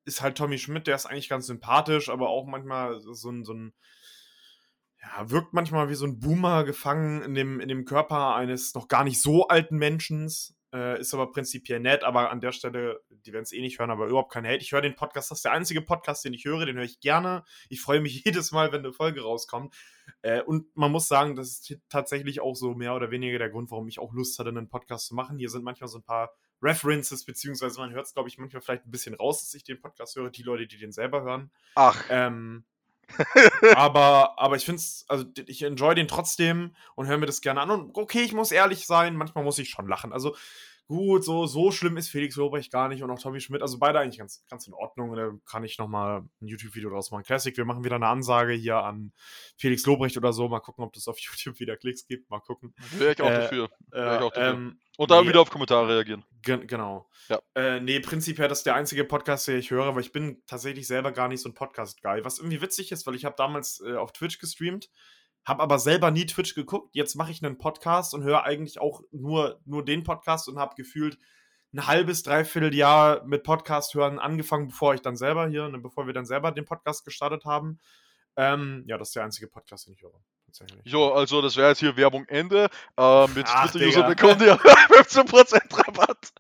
ist halt Tommy Schmidt, der ist eigentlich ganz sympathisch, aber auch manchmal so ein, so ein ja, wirkt manchmal wie so ein Boomer gefangen in dem, in dem Körper eines noch gar nicht so alten Menschen. Äh, ist aber prinzipiell nett, aber an der Stelle, die werden es eh nicht hören, aber überhaupt kein Hate. Ich höre den Podcast, das ist der einzige Podcast, den ich höre, den höre ich gerne. Ich freue mich jedes Mal, wenn eine Folge rauskommt. Äh, und man muss sagen, das ist tatsächlich auch so mehr oder weniger der Grund, warum ich auch Lust hatte, einen Podcast zu machen. Hier sind manchmal so ein paar References, beziehungsweise man hört es, glaube ich, manchmal vielleicht ein bisschen raus, dass ich den Podcast höre, die Leute, die den selber hören. Ach. Ähm, aber, aber ich finde es, also ich enjoy den trotzdem und höre mir das gerne an. Und okay, ich muss ehrlich sein, manchmal muss ich schon lachen. Also gut, so, so schlimm ist Felix Lobrecht gar nicht und auch Tommy Schmidt. Also beide eigentlich ganz, ganz in Ordnung. Da kann ich nochmal ein YouTube-Video draus machen. Classic, wir machen wieder eine Ansage hier an Felix Lobrecht oder so. Mal gucken, ob das auf YouTube wieder Klicks gibt. Mal gucken. Wäre ich auch Äh, dafür. Wäre Äh, ich auch dafür. ähm, Und da nee, wieder auf Kommentare reagieren. gen- genau. Ja. Äh, nee, prinzipiell das ist der einzige Podcast, den ich höre, weil ich bin tatsächlich selber gar nicht so ein Podcast-Guy. Was irgendwie witzig ist, weil ich habe damals äh, auf Twitch gestreamt, habe aber selber nie Twitch geguckt. Jetzt mache ich einen Podcast und höre eigentlich auch nur, nur den Podcast und habe gefühlt ein halbes, dreiviertel Jahr mit Podcast hören angefangen, bevor ich dann selber hier, ne, bevor wir dann selber den Podcast gestartet haben. Ähm, ja, das ist der einzige Podcast, den ich höre. Tatsächlich. Jo, also das wäre jetzt hier Werbung Ende. Äh, mit Ach, Twitter-User Digga. bekommt ihr fünfzehn Prozent Rabatt.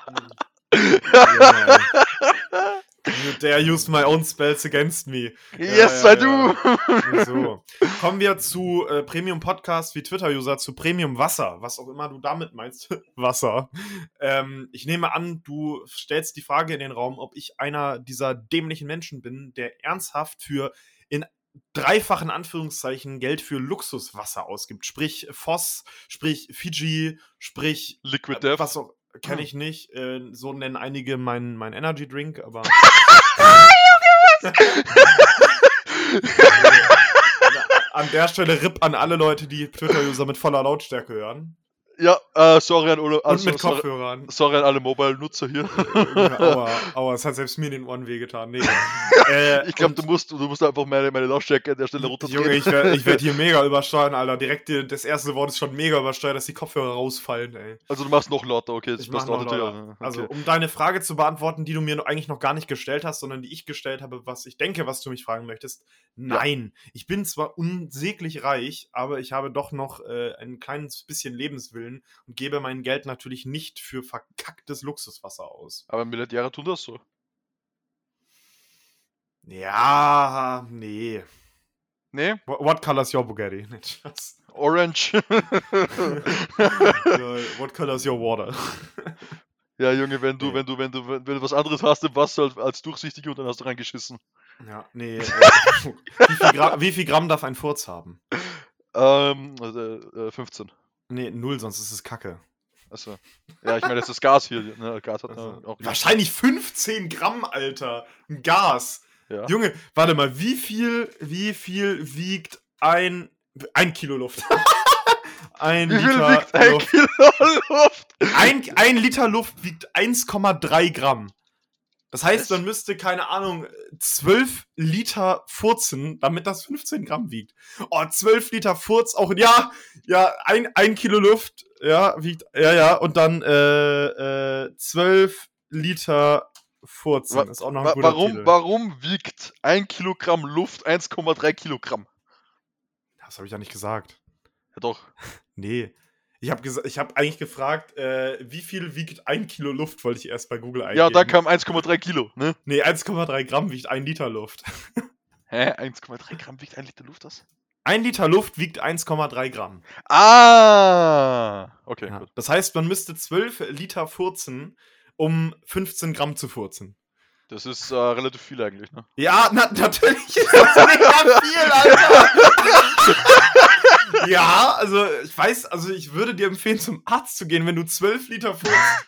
Ja, You dare use my own spells against me. Yes, Ja, I ja, ja. do. So. Kommen wir zu äh, Premium-Podcast wie Twitter-User, zu Premium-Wasser, was auch immer du damit meinst. Wasser. Ähm, ich nehme an, du stellst die Frage in den Raum, ob ich einer dieser dämlichen Menschen bin, der ernsthaft für in dreifachen Anführungszeichen Geld für Luxuswasser ausgibt. Sprich Voss, sprich Fiji, sprich Liquid äh, Death. was auch kenne ich nicht. Äh, so nennen einige meinen mein Energy Drink, aber an der Stelle R I P an alle Leute, die Twitter-User mit voller Lautstärke hören. Ja, äh, sorry an alle, Und also, mit sorry, Kopfhörern. sorry an alle Mobile-Nutzer hier. Äh, aua, aua, es hat selbst mir in den Ohren wehgetan. Nee. Äh, Ich glaube, und- du musst, du musst einfach meine, meine Lautstärke an der Stelle runterdrehen. Junge, ich werde ich werd hier mega übersteuern, Alter. Direkt die, das erste Wort ist schon mega übersteuert, dass die Kopfhörer rausfallen, ey. Also du machst noch lauter, okay. Das Ich mach passt noch auch natürlich. lauter. Okay. Also, um deine Frage zu beantworten, die du mir eigentlich noch gar nicht gestellt hast, sondern die ich gestellt habe, was ich denke, was du mich fragen möchtest. Nein, ich bin zwar unsäglich reich, aber ich habe doch noch äh, ein kleines bisschen Lebenswillen und gebe mein Geld natürlich nicht für verkacktes Luxuswasser aus. Aber Milliardäre tun das so. Ja, nee. Nee? What, what color's your Bugatti? Nee, Spaß. Orange. Ja, what color's your water? Ja, Junge, wenn du, Nee. wenn du, wenn du, wenn du was anderes hast im Wasser als, als durchsichtig und dann hast du reingeschissen. Ja, nee. Äh, wie, viel Gra- wie viel Gramm darf ein Furz haben? Ähm, äh, äh, fünfzehn. Nee, null, sonst ist es Kacke. Achso. Ja, ich meine, das ist das Gas hier. Ne? Gas hat Also, äh, auch. wahrscheinlich fünfzehn Gramm, Alter. Ein Gas. Ja. Junge, warte mal, wie viel, wie viel wiegt ein, ein Kilo Luft? ein Wie viel Liter wiegt ein Luft. Kilo Luft? Ein, ein Liter Luft wiegt eins Komma drei Gramm. Das heißt, Was? man müsste, keine Ahnung, zwölf Liter furzen, damit das fünfzehn Gramm wiegt. Oh, zwölf Liter Furz, auch, ja, ja, ein, ein Kilo Luft, ja, wiegt, ja, ja, und dann, äh, äh, zwölf Liter Furzen. Wa- ist auch noch ein Wa guter warum, Titel. warum wiegt ein Kilogramm Luft eins Komma drei Kilogramm? Das habe ich ja nicht gesagt. Ja doch. Nee. Ich habe gesa- ich hab eigentlich gefragt, äh, wie viel wiegt ein Kilo Luft, wollte ich erst bei Google eingeben. Ja, dann kam eins Komma drei Kilo, ne? Nee, eins Komma drei Gramm wiegt ein Liter Luft. Hä? eins Komma drei Gramm wiegt ein Liter Luft, das? Ein Liter Luft wiegt eins Komma drei Gramm. Ah! Okay, Ja. gut. Das heißt, man müsste zwölf Liter furzen, um fünfzehn Gramm zu furzen. Das ist äh, relativ viel eigentlich, ne? Ja, na, natürlich ist das mega viel, Alter. Ja, also ich weiß, also ich würde dir empfehlen, zum Arzt zu gehen, wenn du zwölf Liter furzt.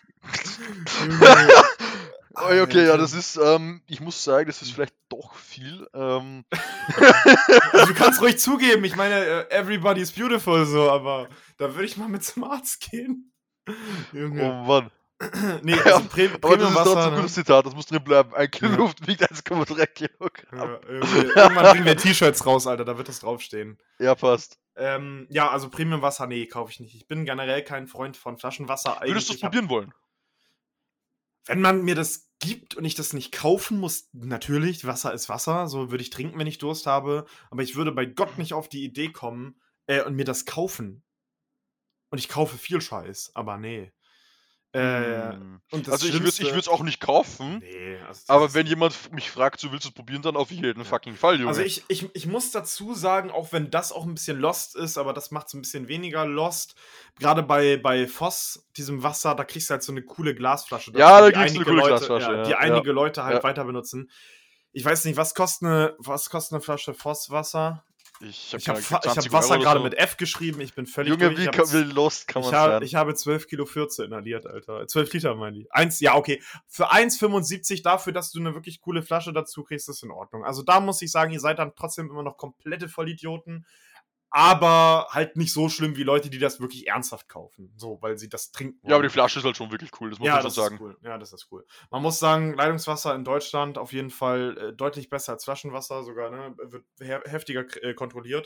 Oh, okay, ja, das ist, ähm, ich muss sagen, das ist vielleicht doch viel. Ähm, Also du kannst ruhig zugeben, ich meine, äh, everybody's beautiful so, aber da würde ich mal mit zum Arzt gehen. Junge. oh Mann. Nee, also Pre Aber das ist trotzdem Premiumwasser, ein ne? gutes Zitat, das muss drin bleiben. Ein Kilo Ja. Luft wiegt eins Komma drei Kilogramm. Ja, irgendwie- irgendwann bringen wir T-Shirts raus, Alter, da wird das draufstehen. Ja, passt. Ähm, ja, also Premiumwasser, nee, kaufe ich nicht. Ich bin generell kein Freund von Flaschenwasser. Würdest du es Eigentlich hab- probieren wollen? Wenn man mir das gibt und ich das nicht kaufen muss, natürlich, Wasser ist Wasser, so würde ich trinken, wenn ich Durst habe, aber ich würde bei Gott nicht auf die Idee kommen äh, und mir das kaufen. Und ich kaufe viel Scheiß, aber nee. Äh, Hm. und das Also ich würde es ich Schlimmste. würd's auch nicht kaufen, Nee, also das aber ist. wenn jemand f- mich fragt, so willst du es probieren, dann auf jeden Ja. fucking Fall, Junge. Also ich, ich, ich muss dazu sagen, auch wenn das auch ein bisschen lost ist, aber das macht es ein bisschen weniger lost. Gerade bei, bei Voss, diesem Wasser, da kriegst du halt so eine coole Glasflasche dazu, Ja, da die kriegst du eine einige coole Leute, Glasflasche, ja, die ja, ja, einige Leute halt ja. weiter benutzen. Ich weiß nicht, was kostet eine, was kostet eine Flasche Voss-Wasser? Ich habe Ich habe keine Ahnung, ich hab zwanzig Wasser Euro oder gerade so. mit F geschrieben, ich bin völlig Junge, durch. wie, Ich kann, habe, wie lost kann ich, man habe, sein? ich habe zwölf Kilo Fürze inhaliert, Alter. zwölf Liter, meine ich. Eins, ja, okay. Für eins Komma fünfundsiebzig dafür, dass du eine wirklich coole Flasche dazu kriegst, ist in Ordnung. Also da muss ich sagen, ihr seid dann trotzdem immer noch komplette Vollidioten. Aber halt nicht so schlimm wie Leute, die das wirklich ernsthaft kaufen. So, weil sie das trinken wollen. Ja, aber die Flasche ist halt schon wirklich cool, das muss Ja, man schon das sagen. ist cool. Ja, das ist cool. Man muss sagen, Leitungswasser in Deutschland auf jeden Fall äh, deutlich besser als Flaschenwasser sogar, ne? Wird he heftiger äh, kontrolliert.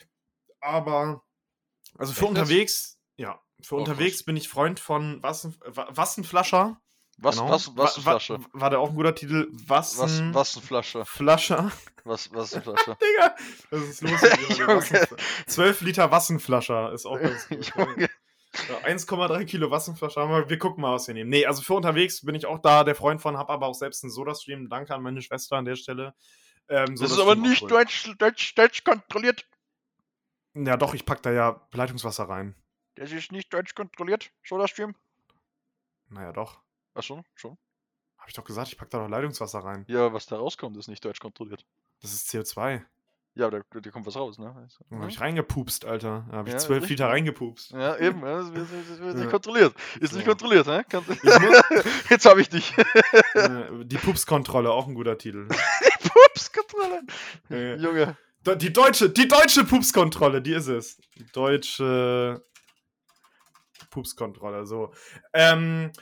Aber, also für Echt jetzt? unterwegs, ja, für Oh, unterwegs krass. bin ich Freund von Wassen, Wa- Wassenflascher. Was, Genau. was, was Wa- Flasche? wa- War der auch ein guter Titel? Was, Wassen. was eine Flasche? Flascher. Was, was eine Flasche? Digga, das ist los. mit dir heute. Junge. Wassen- zwölf Liter Wassenflascher ist auch ganz gut. Junge. Ja, eins Komma drei Kilo Wassenflasche haben wir. Wir gucken mal, was wir nehmen. Nee, also für unterwegs bin ich auch da der Freund von, hab aber auch selbst einen Soda-Stream. Danke an meine Schwester an der Stelle. Ähm, Das ist Soda-Stream aber auch nicht cool. deutsch, deutsch, deutsch kontrolliert. Ja, doch, ich pack da ja Leitungswasser rein. Das ist nicht deutsch kontrolliert, SodaStream. Naja, doch. Ach schon, schon. Hab ich doch gesagt, ich pack da doch Leitungswasser rein. Ja, was da rauskommt, ist nicht deutsch kontrolliert. Das ist C O zwei. Ja, da, da kommt was raus, ne? Also, Da hab ne? ich reingepupst, Alter. Da hab ich Ja, zwölf richtig. Liter reingepupst. Ja, eben, ja, das wird, das wird nicht Ja. kontrolliert. Ist nicht So. kontrolliert, ne? Kann, Ich muss, jetzt habe ich dich. äh, die Pupskontrolle, auch ein guter Titel. Pupskontrolle. Äh, Junge. Do- Die deutsche, die deutsche Pupskontrolle, die ist es. Die deutsche Pupskontrolle, so. Ähm,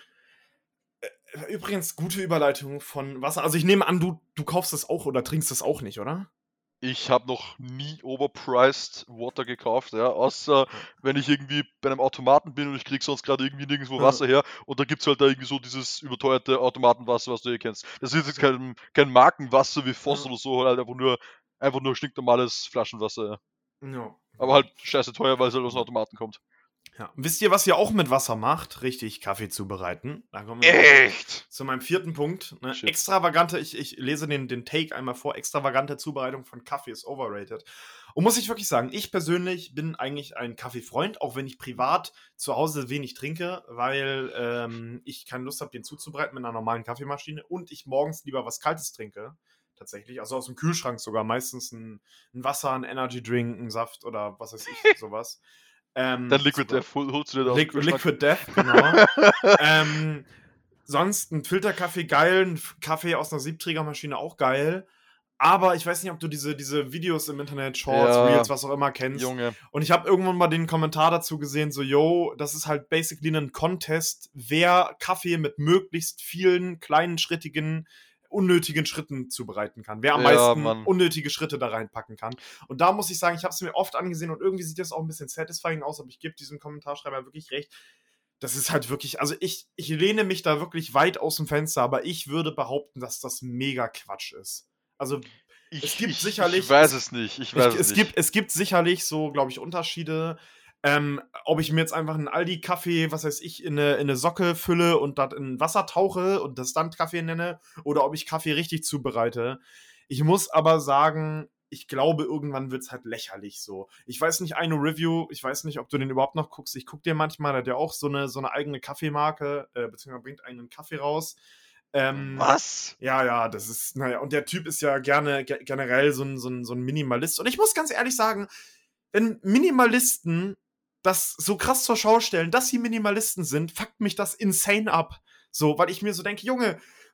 äh, übrigens, gute Überleitung von Wasser. Also ich nehme an, du, du kaufst das auch oder trinkst das auch nicht, oder? Ich habe noch nie overpriced Water gekauft, ja, außer wenn ich irgendwie bei einem Automaten bin und ich krieg sonst gerade irgendwie nirgendwo Ja. Wasser her und da gibt's halt da irgendwie so dieses überteuerte Automatenwasser, was du eh kennst. Das ist jetzt kein, kein Markenwasser wie Voss Ja. oder so, halt einfach nur einfach nur stinknormales Flaschenwasser, ja. Ja. Aber halt scheiße teuer, weil es halt aus dem Automaten kommt. Ja. Wisst ihr, was ihr auch mit Wasser macht? Richtig, Kaffee zubereiten. Da kommen wir Echt? zu meinem vierten Punkt. Ne? Shit. Extravagante, ich, ich lese den, den Take einmal vor, extravagante Zubereitung von Kaffee ist overrated. Und muss ich wirklich sagen, ich persönlich bin eigentlich ein Kaffeefreund, auch wenn ich privat zu Hause wenig trinke, weil ähm, ich keine Lust habe, den zuzubereiten mit einer normalen Kaffeemaschine und ich morgens lieber was Kaltes trinke. Tatsächlich, also aus dem Kühlschrank sogar, meistens ein, ein Wasser, ein Energy Drink, ein Saft oder was weiß ich, sowas. Ähm, Dann Liquid sogar- Death hol- holst du dir da aus dem Liqu Kühlschrank. Liquid Death, genau. ähm, sonst ein Filterkaffee geil, ein F- Kaffee aus einer Siebträgermaschine auch geil. Aber ich weiß nicht, ob du diese, diese Videos im Internet, Shorts, Ja. Reels, was auch immer kennst. Junge. Und ich habe irgendwann mal den Kommentar dazu gesehen, so, yo, das ist halt basically ein Contest, wer Kaffee mit möglichst vielen kleinen, schrittigen, unnötigen Schritten zubereiten kann. Wer am Ja, meisten Mann. unnötige Schritte da reinpacken kann. Und da muss ich sagen, ich habe es mir oft angesehen und irgendwie sieht das auch ein bisschen satisfying aus, aber ich gebe diesem Kommentarschreiber wirklich recht. Das ist halt wirklich, also ich, ich lehne mich da wirklich weit aus dem Fenster, aber ich würde behaupten, dass das mega Quatsch ist. Also Ich, Es gibt ich, sicherlich- ich weiß es nicht. Ich weiß ich, es, es, nicht. gibt, es gibt sicherlich so, glaube ich, Unterschiede. Ähm, ob ich mir jetzt einfach einen Aldi-Kaffee, was weiß ich, in eine, in eine Socke fülle und das in Wasser tauche und das dann Kaffee nenne, oder ob ich Kaffee richtig zubereite. Ich muss aber sagen, ich glaube, irgendwann wird es halt lächerlich so. Ich weiß nicht, eine Review, ich weiß nicht, ob du den überhaupt noch guckst. Ich gucke dir manchmal, der hat ja auch so eine, so eine eigene Kaffeemarke, äh, beziehungsweise bringt einen Kaffee raus. Ähm, Was? Ja, ja, das ist, naja, und der Typ ist ja gerne ge generell so ein, so, ein, so ein Minimalist. Und ich muss ganz ehrlich sagen, wenn Minimalisten das so krass zur Schau stellen, dass sie Minimalisten sind, fuckt mich das insane ab. So, weil ich mir so denke, Junge,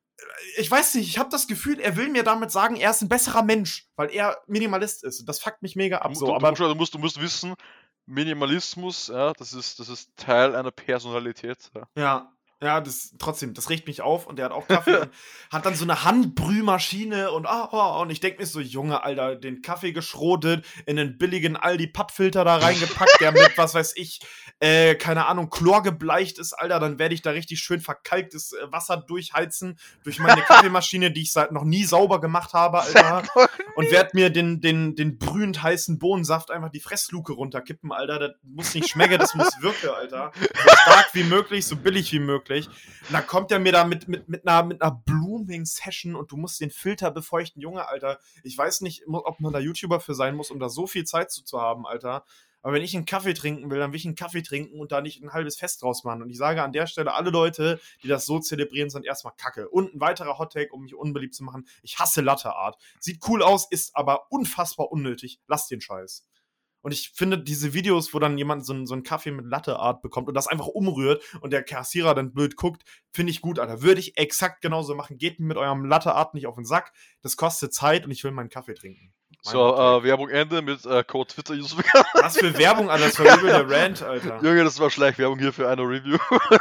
ich weiß nicht, ich habe das Gefühl, er will mir damit sagen, er ist ein besserer Mensch, weil er Minimalist ist. Und das fuckt mich mega ab. Du, So, du, aber du, musst, du, musst, du musst wissen, Minimalismus, ja, das ist, das ist Teil einer Personalität. Ja. ja, ja, das trotzdem, das regt mich auf und der hat auch Kaffee und hat dann so eine Handbrühmaschine und ah, oh, und ich denke mir so, Junge, Alter, den Kaffee geschrotet, in einen billigen Aldi-Pappfilter da reingepackt, der mit, was weiß ich, äh, keine Ahnung, Chlor gebleicht ist, Alter, dann werde ich da richtig schön verkalktes äh, Wasser durchheizen durch meine Kaffeemaschine, die ich seit noch nie sauber gemacht habe, Alter. Und werde mir den, den, den brühend heißen Bohnensaft einfach die Fressluke runterkippen, Alter. Das muss nicht schmecken, das muss wirken, Alter. So stark wie möglich, so billig wie möglich. Und dann kommt er mir da mit, mit, mit einer, mit einer Blooming-Session und du musst den Filter befeuchten. Junge, Alter, ich weiß nicht, ob man da YouTuber für sein muss, um da so viel Zeit zu, zu haben, Alter. Aber wenn ich einen Kaffee trinken will, dann will ich einen Kaffee trinken und da nicht ein halbes Fest draus machen. Und ich sage an der Stelle, alle Leute, die das so zelebrieren, sind erstmal Kacke. Und ein weiterer Hottake, um mich unbeliebt zu machen. Ich hasse Latte Art. Sieht cool aus, ist aber unfassbar unnötig. Lass den Scheiß. Und ich finde diese Videos, wo dann jemand so einen, so einen Kaffee mit Latte Art bekommt und das einfach umrührt und der Kassierer dann blöd guckt, finde ich gut, Alter. Würde ich exakt genauso machen. Geht mir mit eurem Latte Art nicht auf den Sack. Das kostet Zeit und ich will meinen Kaffee trinken. Mein So, Hottake. äh, Werbung Ende mit äh, Code Twitter Yusuf. Was für Werbung, Alter. Das war übel der Rant, Alter. Junge, das war Schleichwerbung hier für eine Review.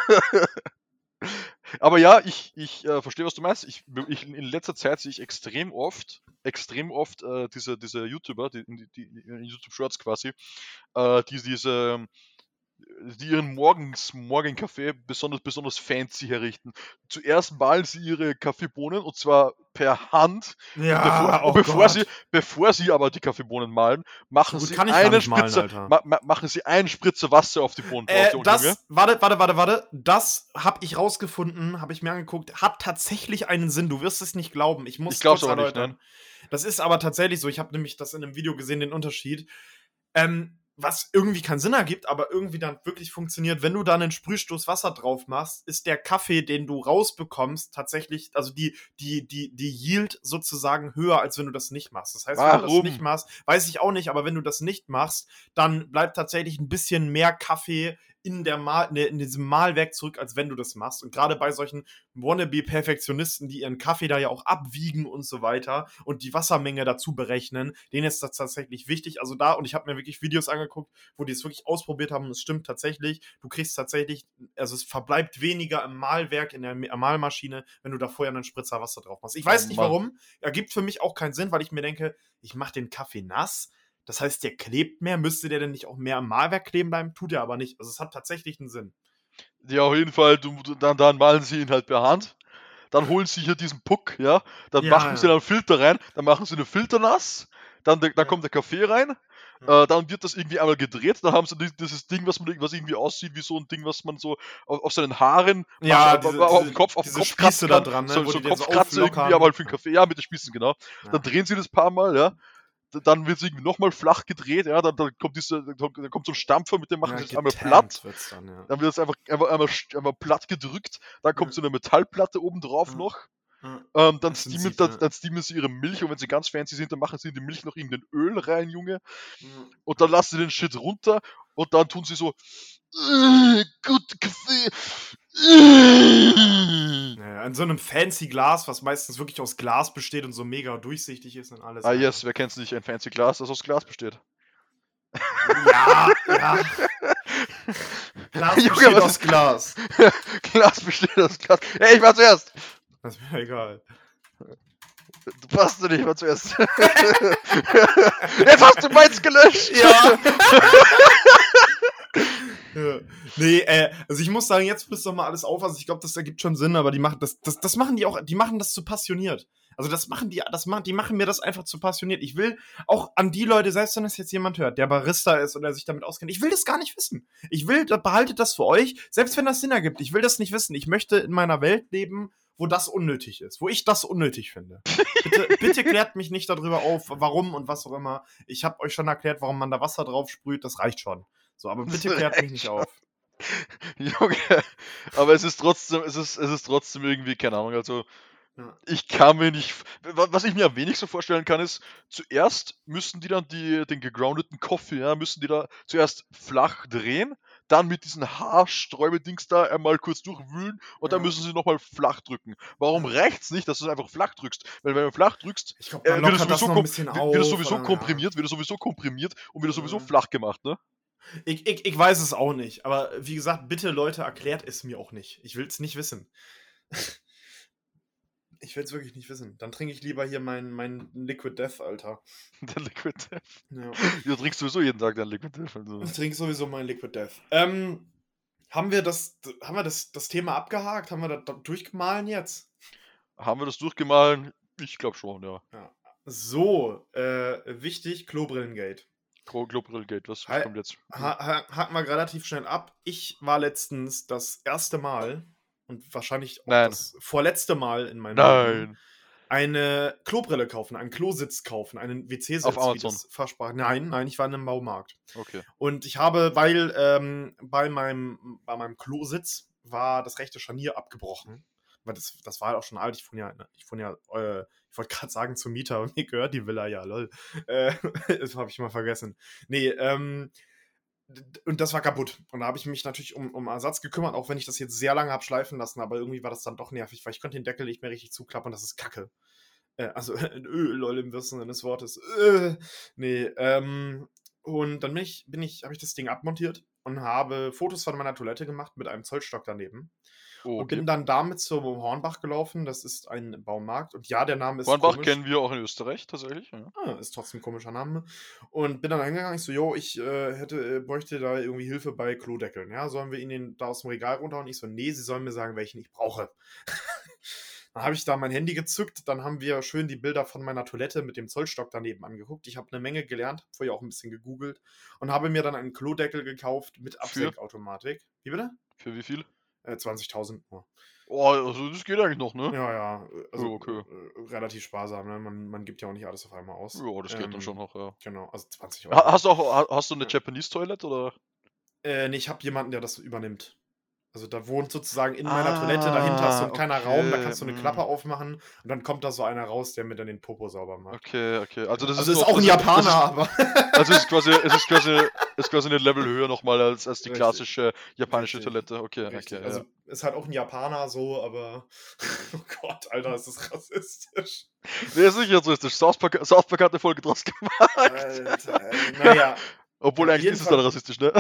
Aber ja, ich, ich äh, verstehe, was du meinst. Ich, ich, in letzter Zeit sehe ich extrem oft, extrem oft äh, diese, diese YouTuber, die, die, die in YouTube Shorts quasi, äh, die diese, die ihren Morgens, Morgenkaffee besonders, besonders fancy herrichten. Zuerst malen sie ihre Kaffeebohnen und zwar per Hand. Ja, und bevor, oh und bevor, Gott. sie, bevor sie aber die Kaffeebohnen malen, machen, So gut sie, kann ich gar einen nicht malen, Spritzer, Alter. ma, ma, machen sie einen Spritzer Wasser auf die Bohnen drauf. Äh, Junge. das, warte, warte, warte, warte. Das habe ich rausgefunden, habe ich mir angeguckt, hat tatsächlich einen Sinn. Du wirst es nicht glauben. Ich muss Ich glaub's kurz aber nicht, erläutern. Das ist aber tatsächlich so. Ich habe nämlich das in einem Video gesehen, den Unterschied. Ähm, was irgendwie keinen Sinn ergibt, aber irgendwie dann wirklich funktioniert. Wenn du da einen Sprühstoß Wasser drauf machst, ist der Kaffee, den du rausbekommst, tatsächlich, also die, die, die, die Yield sozusagen höher, als wenn du das nicht machst. Das heißt, wenn du das Warum? nicht machst, weiß ich auch nicht, aber wenn du das nicht machst, dann bleibt tatsächlich ein bisschen mehr Kaffee in, der Mal, ne, in diesem Mahlwerk zurück, als wenn du das machst. Und gerade bei solchen Wannabe-Perfektionisten, die ihren Kaffee da ja auch abwiegen und so weiter und die Wassermenge dazu berechnen, denen ist das tatsächlich wichtig. Also da, und ich habe mir wirklich Videos angeguckt, wo die es wirklich ausprobiert haben und es stimmt tatsächlich. Du kriegst tatsächlich, also es verbleibt weniger im Mahlwerk, in der Mahlmaschine, wenn du da vorher einen Spritzer Wasser drauf machst. Ich weiß Oh nicht Mann. warum, ergibt für mich auch keinen Sinn, weil ich mir denke, ich mache den Kaffee nass. Das heißt, der klebt mehr. Müsste der denn nicht auch mehr im Mahlwerk kleben bleiben? Tut er aber nicht. Also es hat tatsächlich einen Sinn. Ja, auf jeden Fall, du, du, dann, dann malen sie ihn halt per Hand. Dann holen sie hier diesen Puck, ja. Dann Ja, machen sie ja. dann einen Filter rein. Dann machen sie den Filter nass. Dann, dann Ja. kommt der Kaffee rein. Ja. Äh, dann wird das irgendwie einmal gedreht. Dann haben sie dies- dieses Ding, was, man, was irgendwie aussieht wie so ein Ding, was man so auf, auf seinen Haaren Ja, mach- diese- auf diese- dem Kopf, auf dem diese Kopf Spieße kratzen da kann. dran, ne, So, wo so die den so Kopfkratzer irgendwie, auflockern. aber halt für den Kaffee. Ja, mit den Spießen, genau. Ja. Dann drehen sie das paar Mal, ja. D- Dann wird es irgendwie nochmal flach gedreht, ja. Dann, dann, kommt diese, dann kommt so ein Stampfer, mit dem machen Ja, sie es einmal getannt platt. wird's dann, ja. Dann wird es einfach, einfach einmal, st- einmal platt gedrückt. Dann kommt Ja. so eine Metallplatte oben drauf Ja. noch. Ja. Ähm, dann, Das sind steamen, sie, dann, ja. dann steamen sie ihre Milch und wenn sie ganz fancy sind, dann machen sie in die Milch noch irgendein Öl rein, Junge. Ja. Und dann lassen sie den Shit runter und dann tun sie so, äh, gut Kaffee. Äh. Ja, in so einem fancy Glas, was meistens wirklich aus Glas besteht und so mega durchsichtig ist und alles. Ah ja. yes, wer kennt's nicht, ein fancy Glas, das aus Glas besteht. Ja, ja. Glas Junge, besteht was aus ist- Glas. Glas besteht aus Glas. Ey, ich war zuerst. Das ist mir egal. Du passt du nicht, ich war zuerst. Jetzt hast du meins gelöscht. Ja. Ja. Nee, äh, also ich muss sagen, jetzt bist doch mal alles auf. Also ich glaube, das ergibt schon Sinn, aber die machen das, das, das machen die auch, die machen das zu passioniert. Also das machen die, das machen, die machen mir das einfach zu passioniert. Ich will auch an die Leute, selbst wenn das jetzt jemand hört, der Barista ist oder sich damit auskennt, ich will das gar nicht wissen. Ich will, behaltet das für euch, selbst wenn das Sinn ergibt. Ich will das nicht wissen. Ich möchte in meiner Welt leben, wo das unnötig ist, wo ich das unnötig finde. Bitte, bitte klärt mich nicht darüber auf, warum und was auch immer. Ich habe euch schon erklärt, warum man da Wasser drauf sprüht, das reicht schon. So, aber bitte Das klärt mich reicht nicht schon. auf. Junge, aber es ist trotzdem, es ist, es ist trotzdem irgendwie, keine Ahnung, also Ja. ich kann mir nicht, wa- was ich mir am wenigsten vorstellen kann, ist, zuerst müssen die dann die, den gegroundeten Coffee, ja, müssen die da zuerst flach drehen, dann mit diesen Haarsträubedings da einmal kurz durchwühlen und dann Ja. müssen sie nochmal flach drücken. Warum Ja. reicht's nicht, dass du es einfach flach drückst? Weil wenn du flach drückst, Ich glaube, äh, man wird es lockert das sowieso, noch ein kom bisschen wird wird es auf. sowieso oder, ja. komprimiert, wird es sowieso komprimiert und wird es sowieso Ja. flach gemacht, ne? Ich, ich, ich weiß es auch nicht, aber wie gesagt, bitte Leute, erklärt es mir auch nicht. Ich will es nicht wissen. Ich will es wirklich nicht wissen. Dann trinke ich lieber hier mein, mein Liquid Death, Alter. Der Liquid Death. Ja. Du trinkst sowieso jeden Tag dein Liquid Death. Also. Ich trinke sowieso mein Liquid Death. Ähm, haben wir das, haben wir das, das Thema abgehakt? Haben wir das durchgemahlen jetzt? Haben wir das durchgemahlen? Ich glaube schon, ja. ja. So, äh, wichtig, Klobrillengate. Klobrillengate, was, was ha kommt jetzt? ha ha haken wir relativ schnell ab. Ich war letztens das erste Mal und wahrscheinlich auch Nein. das vorletzte Mal in meinem Nein. Leben eine Klobrille kaufen, einen Klositz kaufen, einen W C-Sitz, Auf Amazon. wie das versprach. Nein, nein, ich war in einem Baumarkt. Okay. Und ich habe, weil ähm, bei meinem, bei meinem Klositz war das rechte Scharnier abgebrochen. Weil das, das war halt auch schon alt. Ich wohne ja, ich wohne ja, äh, ich wollte gerade sagen zum Mieter, aber mir gehört die Villa, ja, lol. Äh, das habe ich mal vergessen. Nee, ähm, und das war kaputt. Und da habe ich mich natürlich um, um Ersatz gekümmert, auch wenn ich das jetzt sehr lange habe schleifen lassen, aber irgendwie war das dann doch nervig, weil ich konnte den Deckel nicht mehr richtig zuklappen, das ist kacke. Äh, also, Öl, lol, im wahrsten Sinne des Wortes. Äh, nee, ähm, und dann bin ich, bin ich, habe ich das Ding abmontiert und habe Fotos von meiner Toilette gemacht mit einem Zollstock daneben. Oh, Und okay. bin dann damit zum Hornbach gelaufen. Das ist ein Baumarkt. Und ja, der Name ist Hornbach komisch. kennen wir auch in Österreich tatsächlich. Ja. Ah, ist trotzdem ein komischer Name. Und bin dann hingegangen. Ich so, jo, ich äh, hätte, äh, bräuchte da irgendwie Hilfe bei Klodeckeln. Ja, sollen wir ihn da aus dem Regal runterhauen? Ich so, nee, sie sollen mir sagen, welchen ich brauche. Dann habe ich da mein Handy gezückt. Dann haben wir schön die Bilder von meiner Toilette mit dem Zollstock daneben angeguckt. Ich habe eine Menge gelernt, habe vorher auch ein bisschen gegoogelt und habe mir dann einen Klodeckel gekauft mit Absenkautomatik. Wie bitte? Für wie viel? Äh, zwanzigtausend nur. Oh, also das geht eigentlich noch, ne? Ja, ja, also oh, okay. äh, relativ sparsam, ne? Man, man gibt ja auch nicht alles auf einmal aus. Ja, das geht ähm, dann schon noch, ja. Genau, also zwanzig Euro. Hast du auch, hast du eine ja. Japanese Toilette, oder? Äh, nee, ich habe jemanden, der das übernimmt. Also da wohnt sozusagen in meiner ah, Toilette, dahinter hast du ein kleiner okay. Raum, da kannst du eine Klappe aufmachen und dann kommt da so einer raus, der mir dann den Popo sauber macht. Okay, okay. Also das also ist, ist auch ein Japaner, ist, aber... Also es ist quasi, es ist quasi, ist quasi eine Level höher nochmal als, als die Richtig. klassische japanische Richtig. Toilette. Okay, Richtig. okay. Also ja. ist halt auch ein Japaner so, aber... oh Gott, Alter, ist das rassistisch. Nee, ist nicht rassistisch. South Park, South Park hat eine Folge draus gemacht. Alter, ey, naja... Obwohl eigentlich ist es dann rassistisch, ne?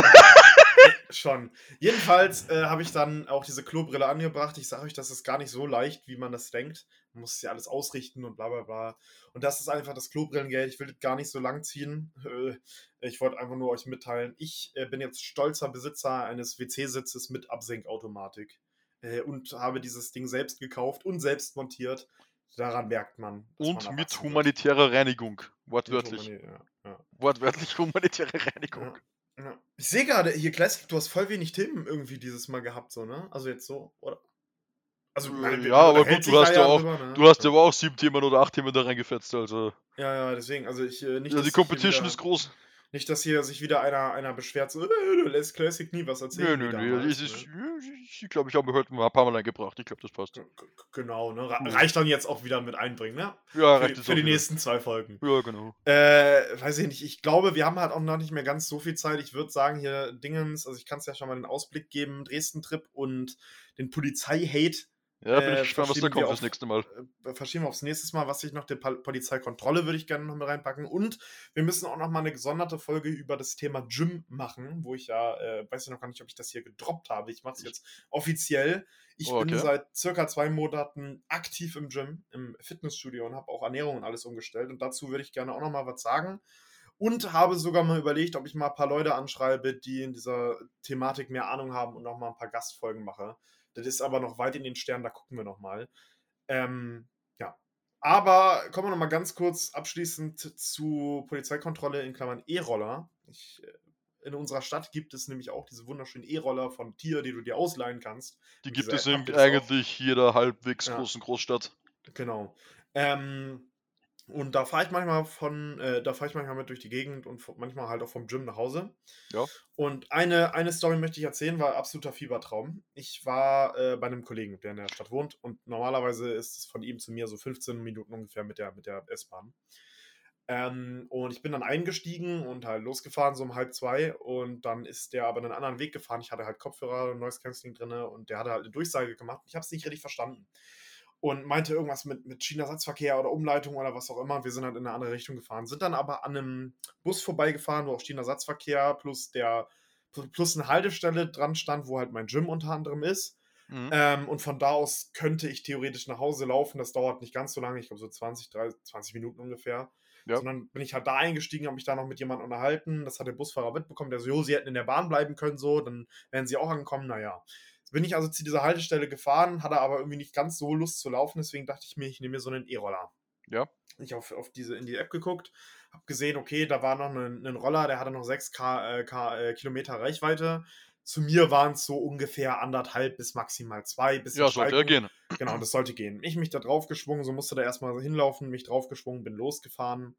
Schon. Jedenfalls äh, habe ich dann auch diese Klobrille angebracht. Ich sage euch, das ist gar nicht so leicht, wie man das denkt. Man muss ja alles ausrichten und bla bla bla. Und das ist einfach das Klobrillengeld. Ich will das gar nicht so lang ziehen. Äh, ich wollte einfach nur euch mitteilen, ich äh, bin jetzt stolzer Besitzer eines W C-Sitzes mit Absenkautomatik. Äh, und habe dieses Ding selbst gekauft und selbst montiert. Daran merkt man. Und man mit humanitärer wird. Reinigung. Wortwörtlich. Humani- ja, ja. Wortwörtlich humanitäre Reinigung. Ja. Ja. Ich sehe gerade hier, Classic, du hast voll wenig Themen irgendwie dieses Mal gehabt, so, ne? Also jetzt so, oder? Also, meine, ja, aber gut, du hast ja auch, drüber, ne? du hast ja aber auch sieben Themen oder acht Themen da reingefetzt, also. Ja, ja, deswegen, also ich, äh, nicht, ja, die Competition wieder, ist groß. Nicht, dass hier sich wieder einer, einer beschwert, so, äh, du lässt Classic nie was erzählen. Nö, nö, nö, ich, ich, ich, ich glaube, ich habe mir heute mal ein paar Mal eingebracht, ich glaube, das passt. Genau, ne? Reicht dann jetzt auch wieder mit einbringen, ne? Ja, für, reicht Für die wieder. nächsten zwei Folgen. Ja, genau. Äh, weiß ich nicht, ich glaube, wir haben halt auch noch nicht mehr ganz so viel Zeit. Ich würde sagen, hier Dingens, also ich kann es ja schon mal den Ausblick geben, Dresden-Trip und den Polizei-Hate. Ja, bin ich äh, gespannt, was da kommt das nächste Mal. Äh, verschieben wir aufs nächste Mal. Was ich noch, die Pol- Polizeikontrolle würde ich gerne noch mit reinpacken. Und wir müssen auch noch mal eine gesonderte Folge über das Thema Gym machen, wo ich ja, äh, weiß ich noch gar nicht, ob ich das hier gedroppt habe. Ich mache es jetzt offiziell. Ich oh, okay. bin seit circa zwei Monaten aktiv im Gym, im Fitnessstudio und habe auch Ernährung und alles umgestellt. Und dazu würde ich gerne auch noch mal was sagen. Und habe sogar mal überlegt, ob ich mal ein paar Leute anschreibe, die in dieser Thematik mehr Ahnung haben und noch mal ein paar Gastfolgen mache. Das ist aber noch weit in den Sternen, da gucken wir noch mal. Ähm, ja. Aber kommen wir noch mal ganz kurz abschließend zu Polizeikontrolle in Klammern E-Roller. Ich, in unserer Stadt gibt es nämlich auch diese wunderschönen E-Roller von Tier, die du dir ausleihen kannst. Die gibt es in eigentlich jeder halbwegs ja. großen Großstadt. Genau. Ähm, und da fahre ich manchmal von, äh, da fahre ich manchmal mit durch die Gegend und manchmal halt auch vom Gym nach Hause. Ja. Und eine, eine Story möchte ich erzählen, war absoluter Fiebertraum. Ich war äh, bei einem Kollegen, der in der Stadt wohnt und normalerweise ist es von ihm zu mir so fünfzehn Minuten ungefähr mit der, mit der S-Bahn. Ähm, und ich bin dann eingestiegen und halt losgefahren, so um halb zwei. Und dann ist der aber einen anderen Weg gefahren. Ich hatte halt Kopfhörer, Noise Cancelling drin und der hatte halt eine Durchsage gemacht. Ich habe es nicht richtig verstanden. Und meinte irgendwas mit, mit Schienenersatzverkehr oder Umleitung oder was auch immer. Wir sind halt in eine andere Richtung gefahren. Sind dann aber an einem Bus vorbeigefahren, wo auch Schienenersatzverkehr plus, der, plus eine Haltestelle dran stand, wo halt mein Gym unter anderem ist. Mhm. Ähm, und von da aus könnte ich theoretisch nach Hause laufen. Das dauert nicht ganz so lange, ich glaube so zwanzig, dreißig, zwanzig Minuten ungefähr. Ja. Sondern bin ich halt da eingestiegen, habe mich da noch mit jemandem unterhalten. Das hat der Busfahrer mitbekommen, der so, jo, sie hätten in der Bahn bleiben können, so, dann wären sie auch angekommen, naja. Jetzt bin ich also zu dieser Haltestelle gefahren, hatte aber irgendwie nicht ganz so Lust zu laufen, deswegen dachte ich mir, ich nehme mir so einen E-Roller. Ja. Ich auf, auf diese, in die App geguckt, habe gesehen, okay, da war noch ein, ein Roller, der hatte noch sechs K, äh, K, äh, Kilometer Reichweite. Zu mir waren es so ungefähr anderthalb bis maximal zwei, bisschen Ja, sollte ja steigen. gehen. Genau, das sollte gehen. Ich mich da drauf geschwungen, so musste da erstmal hinlaufen, mich drauf geschwungen, bin losgefahren.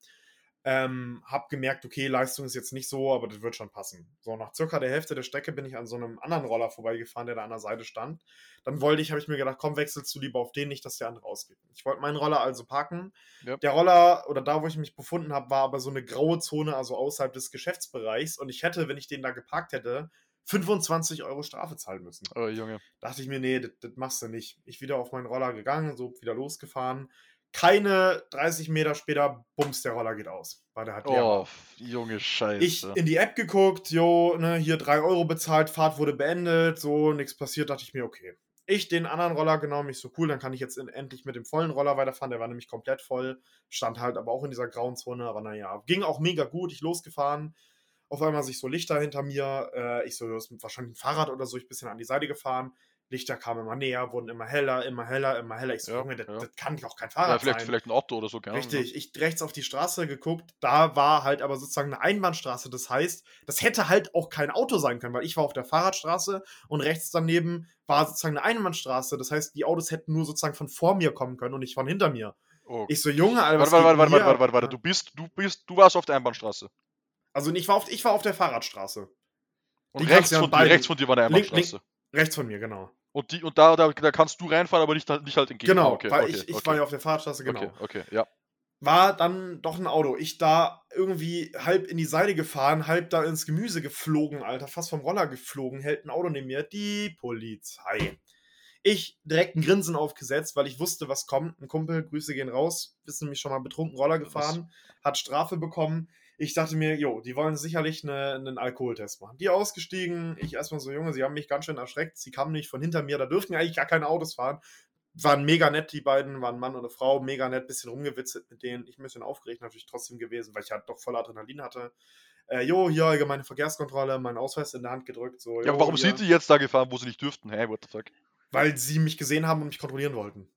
Ähm, hab gemerkt, okay, Leistung ist jetzt nicht so, aber das wird schon passen. So, nach circa der Hälfte der Strecke bin ich an so einem anderen Roller vorbeigefahren, der da an der Seite stand. Dann wollte ich, habe ich mir gedacht, komm, wechselst du lieber auf den, nicht, dass der andere ausgeht. Ich wollte meinen Roller also parken. Ja. Der Roller, oder da, wo ich mich befunden habe, war aber so eine graue Zone, also außerhalb des Geschäftsbereichs. Und ich hätte, wenn ich den da geparkt hätte, fünfundzwanzig Euro Strafe zahlen müssen. Oh, Junge. Dachte ich mir, nee, das, das machst du nicht. Ich wieder auf meinen Roller gegangen, so wieder losgefahren. Keine dreißig Meter später, bums, der Roller geht aus. Weil der halt leer war. Oh, Junge Scheiße. Ich in die App geguckt, jo, ne, hier drei Euro bezahlt, Fahrt wurde beendet, so, nichts passiert, dachte ich mir, okay. Ich den anderen Roller genommen, ich so, cool, dann kann ich jetzt in, endlich mit dem vollen Roller weiterfahren, der war nämlich komplett voll, stand halt aber auch in dieser grauen Zone, aber naja, ging auch mega gut, ich losgefahren, auf einmal sich so Lichter hinter mir, äh, ich so, das ist wahrscheinlich ein Fahrrad oder so, ich ein bisschen an die Seite gefahren, Lichter kamen immer näher, wurden immer heller, immer heller, immer heller. Ich so, Ja, Junge, das, ja. das kann doch kein Ja, Fahrrad vielleicht, sein. vielleicht ein Auto oder so, keine Ahnung, Richtig, ich rechts auf die Straße geguckt, da war halt aber sozusagen eine Einbahnstraße. Das heißt, das hätte halt auch kein Auto sein können, weil ich war auf der Fahrradstraße und rechts daneben war sozusagen eine Einbahnstraße. Das heißt, die Autos hätten nur sozusagen von vor mir kommen können und nicht von hinter mir. Oh. Ich so, Junge, Alter, was Warte, warte, geht warte, denn warte, hier warte, warte, ab, warte. ne? Du bist, du bist, du warst auf der Einbahnstraße. Also ich war auf, ich war auf der Fahrradstraße. Und Die kannst rechts du ja an von dir, beiden- rechts von dir war eine Link, Einbahnstraße. link, rechts von mir, genau. Und, die, und da, da, da kannst du reinfahren, aber nicht, nicht halt entgegen. Genau, Ah, okay, weil okay, ich, ich okay. war ja auf der Fahrradstraße, genau. Okay, okay, ja. War dann doch ein Auto. Ich da irgendwie halb in die Seite gefahren, halb da ins Gemüse geflogen, Alter. Fast vom Roller geflogen. Hält ein Auto neben mir. Die Polizei. Ich direkt ein Grinsen aufgesetzt, weil ich wusste, was kommt. Ein Kumpel, Grüße gehen raus, ist nämlich schon mal betrunken Roller gefahren, hat Strafe bekommen. Ich dachte mir, jo, die wollen sicherlich eine, einen Alkoholtest machen. Die ausgestiegen. Ich erstmal so, Junge, sie haben mich ganz schön erschreckt. Sie kamen nicht von hinter mir. Da dürften eigentlich gar keine Autos fahren. Waren mega nett, die beiden, waren ein Mann und eine Frau, mega nett, bisschen rumgewitzelt mit denen. Ich ein bisschen aufgeregt natürlich trotzdem gewesen, weil ich halt doch voll Adrenalin hatte. Äh, jo, hier allgemeine Verkehrskontrolle, meinen Ausweis in der Hand gedrückt. So, Ja, jo, aber warum hier. sind die jetzt da gefahren, wo sie nicht dürften? Hey, what the fuck? Weil sie mich gesehen haben und mich kontrollieren wollten.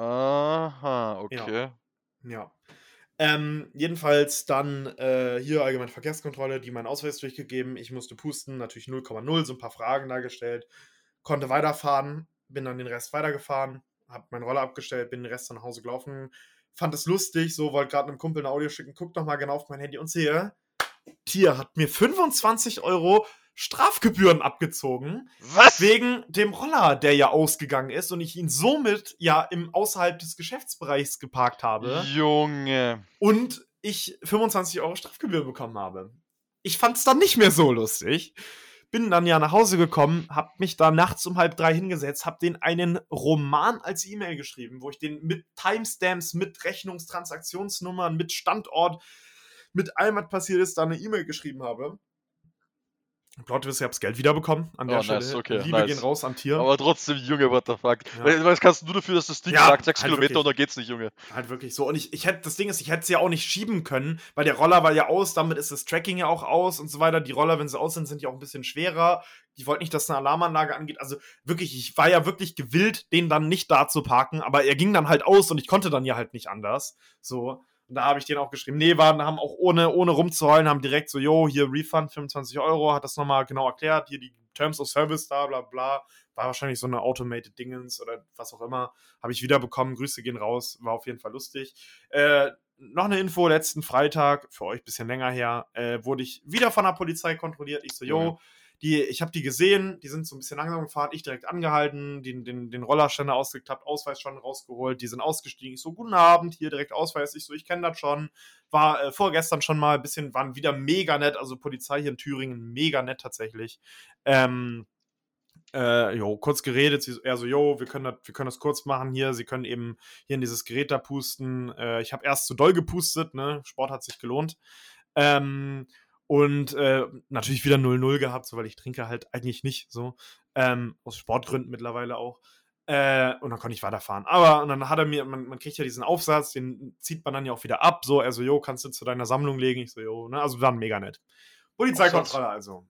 Aha, okay. Ja. Ähm, jedenfalls dann äh, hier allgemeine Verkehrskontrolle, die meinen Ausweis durchgegeben. Ich musste pusten, natürlich null Komma null, so ein paar Fragen dargestellt. Konnte weiterfahren, bin dann den Rest weitergefahren, hab meinen Roller abgestellt, bin den Rest dann nach Hause gelaufen. Fand es lustig, so wollte gerade einem Kumpel ein Audio schicken, guck doch mal genau auf mein Handy und sehe, Tier hat mir fünfundzwanzig Euro Strafgebühren abgezogen. Was? Wegen dem Roller, der ja ausgegangen ist und ich ihn somit ja im außerhalb des Geschäftsbereichs geparkt habe. Junge. Und ich fünfundzwanzig Euro Strafgebühr bekommen habe. Ich fand es dann nicht mehr so lustig. Bin dann ja nach Hause gekommen, hab mich da nachts um halb drei hingesetzt, hab den einen Roman als E-Mail geschrieben, wo ich den mit Timestamps, mit Rechnungstransaktionsnummern, mit Standort, mit allem, was passiert ist, da eine E-Mail geschrieben habe. Plot Twist, ich hab's Geld wiederbekommen an der Oh, Stelle. nice, okay, Liebe nice. gehen raus an Tier. Aber trotzdem, Junge, what the fuck. Ja. Weil, was kannst du dafür, dass das Ding Ja, sagt, sechs halt Kilometer wirklich. und dann geht's nicht, Junge. Halt wirklich so. Und ich, ich hätte, das Ding ist, ich hätte sie ja auch nicht schieben können, weil der Roller war ja aus, damit ist das Tracking ja auch aus und so weiter. Die Roller, wenn sie aus sind, sind ja auch ein bisschen schwerer. Ich wollte nicht, dass eine Alarmanlage angeht. Also wirklich, ich war ja wirklich gewillt, den dann nicht da zu parken, aber er ging dann halt aus und ich konnte dann ja halt nicht anders. So. Und da habe ich denen auch geschrieben, nee, waren, haben auch ohne, ohne rumzuheulen, haben direkt so, yo, hier Refund, fünfundzwanzig Euro, hat das nochmal genau erklärt, hier die Terms of Service da, bla bla, war wahrscheinlich so eine Automated Dingens oder was auch immer, habe ich wieder bekommen, Grüße gehen raus, war auf jeden Fall lustig. Äh, noch eine Info, letzten Freitag, für euch ein bisschen länger her, äh, wurde ich wieder von der Polizei kontrolliert, ich so, yo, Okay. Die, ich habe die gesehen, die sind so ein bisschen langsam gefahren, ich direkt angehalten, den, den, den Rollerständer ausgeklappt, Ausweis schon rausgeholt, die sind ausgestiegen, ich so, guten Abend, hier direkt Ausweis, ich so, ich kenne das schon, war äh, vorgestern schon mal ein bisschen, waren wieder mega nett, also Polizei hier in Thüringen, mega nett tatsächlich, ähm, äh, jo, kurz geredet, sie so, er so, jo, wir können, das, wir können das kurz machen hier, sie können eben hier in dieses Gerät da pusten, äh, ich habe erst zu doll gepustet, ne, Sport hat sich gelohnt, ähm, Und äh, natürlich wieder null null gehabt, so, weil ich trinke halt eigentlich nicht so. Ähm, aus Sportgründen mittlerweile auch. Äh, und dann konnte ich weiterfahren. Aber und dann hat er mir, man, man kriegt ja diesen Aufsatz, den zieht man dann ja auch wieder ab. So, er so, jo, kannst du zu deiner Sammlung legen? Ich so, jo, ne? Also dann mega nett. Polizeikontrolle also.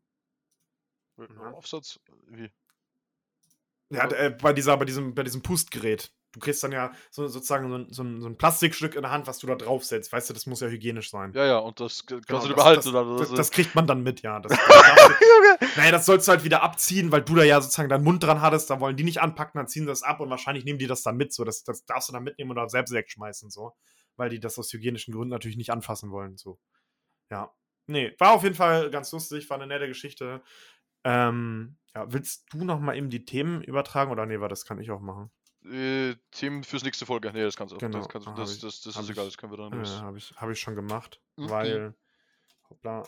Ja. Aufsatz? Wie? Ja, äh, bei, dieser, bei, diesem, bei diesem Pustgerät. Du kriegst dann ja so, sozusagen so ein, so, ein, so ein Plastikstück in der Hand, was du da draufsetzt. Weißt du, das muss ja hygienisch sein. Ja, ja, und das kannst Genau, du dir das, behalten. das, oder? das, Das, das kriegt man dann mit, ja. Das, das darfst du, naja, das sollst du halt wieder abziehen, weil du da ja sozusagen deinen Mund dran hattest. Da wollen die nicht anpacken, dann ziehen sie das ab und wahrscheinlich nehmen die das dann mit. So, das, das darfst du dann mitnehmen oder selbst wegschmeißen, so. Weil die das aus hygienischen Gründen natürlich nicht anfassen wollen, so. Ja. Nee, war auf jeden Fall ganz lustig, war eine nette Geschichte. Ähm, ja, willst du noch mal eben die Themen übertragen oder nee, war das kann ich auch machen? Äh, Themen fürs nächste Folge. Nee, das kannst du auch. Genau, Das, kannst, hab das, ich- das, das hab ist ich- egal, das können wir dann Äh, lösen. habe ich, hab ich schon gemacht, Mhm. weil hoppla,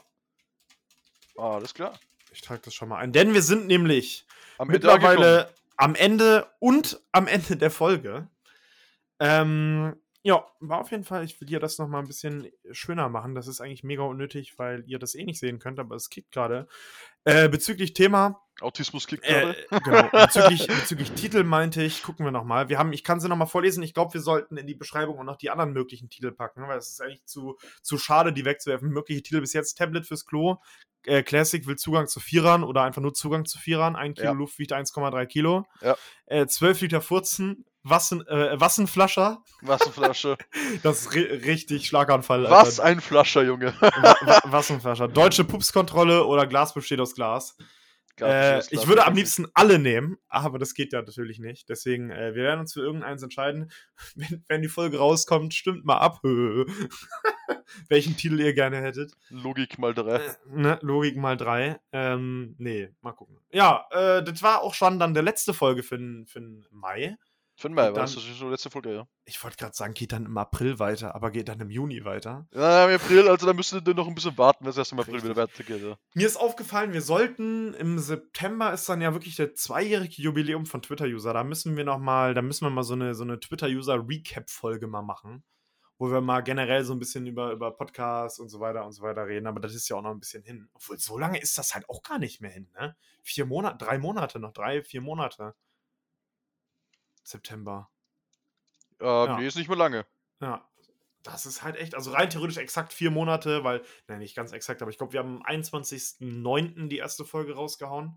Ah, alles klar. ich trage das schon mal ein. Denn wir sind nämlich Am Ende angekommen. mittlerweile am Ende und am Ende der Folge. Ähm, ja, war auf jeden Fall, ich will dir das nochmal ein bisschen schöner machen. Das ist eigentlich mega unnötig, weil ihr das eh nicht sehen könnt, aber es kickt gerade. Äh, bezüglich Thema, Autismus kickt äh, gerade. genau, bezüglich, bezüglich Titel meinte ich, gucken wir nochmal. Wir haben, ich kann sie nochmal vorlesen. Ich glaube, wir sollten in die Beschreibung auch noch die anderen möglichen Titel packen, weil es ist eigentlich zu, zu schade, die wegzuwerfen. Mögliche Titel bis jetzt: Tablet fürs Klo, äh, Classic will Zugang zu Vierern oder einfach nur Zugang zu Vierern. Ein Kilo Ja. Luft wiegt eins Komma drei Kilo. Ja. Äh, zwölf Liter Furzen, Wassen, äh, Wassenflascher. Wasserflasche. Das ist ri- richtig Schlaganfall. Was Alter. ein Flascher, Junge. Wa Wa Wassenflascher. Deutsche Pupskontrolle oder Glas besteht aus Glas. Äh, ich würde am liebsten alle nehmen, aber das geht ja natürlich nicht. Deswegen, äh, wir werden uns für irgendeins entscheiden. Wenn, wenn die Folge rauskommt, stimmt mal ab, welchen Titel ihr gerne hättet. Logik mal drei. Äh, ne? Logik mal drei. Ähm, nee, mal gucken. Ja, äh, das war auch schon dann der letzte Folge für den für den Mai. Für den Mai, Und war das dann- schon die letzte Folge, ja. Ich wollte gerade sagen, geht dann im April weiter, aber geht dann im Juni weiter. Ja, im April, also da müsst ihr noch ein bisschen warten, wenn es erst im April Richtig. wieder weitergeht. Ja. Mir ist aufgefallen, wir sollten im September ist dann ja wirklich der zweijährige Jubiläum von Twitter-User. Da müssen wir noch mal, da müssen wir mal so eine, so eine Twitter-User-Recap-Folge mal machen, wo wir mal generell so ein bisschen über, über Podcasts und so weiter und so weiter reden. Aber das ist ja auch noch ein bisschen hin. Obwohl, so lange ist das halt auch gar nicht mehr hin, ne? Vier Monate, drei Monate noch, drei, vier Monate. September. Äh, Ja. Nee, ist nicht mehr lange. Ja, das ist halt echt, also rein theoretisch exakt vier Monate, weil, nein, nicht ganz exakt, aber ich glaube, wir haben am einundzwanzigsten neunten die erste Folge rausgehauen.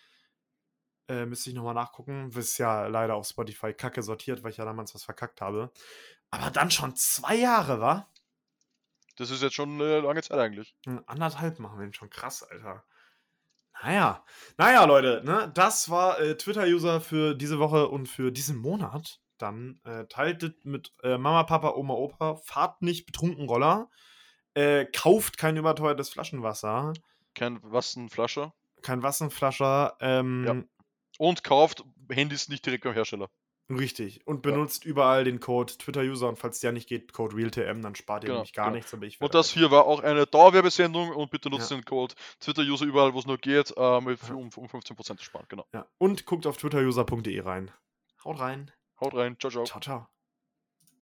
Äh, müsste ich nochmal nachgucken. Ist ja leider auf Spotify kacke sortiert, weil ich ja damals was verkackt habe. Aber dann schon zwei Jahre, wa? Das ist jetzt schon eine lange Zeit eigentlich. Hm, Anderthalb machen wir den schon krass, Alter. Naja, naja, Leute, ne, das war äh, Twitter-User für diese Woche und für diesen Monat. Dann äh, teilt es mit äh, Mama, Papa, Oma, Opa, fahrt nicht betrunken Roller, äh, kauft kein überteuertes Flaschenwasser, Kein Wassenflascher. kein Wassenflascher, ähm, Ja. Und kauft Handys nicht direkt beim Hersteller. richtig, und benutzt überall den Code Twitter-User und falls der nicht geht, Code RealTM, dann spart ihr Genau, nämlich gar genau. nichts, aber ich Und werde das hier war auch eine Dauerwerbesendung und bitte nutzt Ja. den Code Twitter-User überall, wo es nur geht, äh, mit, Ja. um, um fünfzehn Prozent zu sparen. Genau. ja. Und guckt auf twitteruser punkt de rein. Haut rein. Haut rein. Ciao, ciao. Ciao, ciao.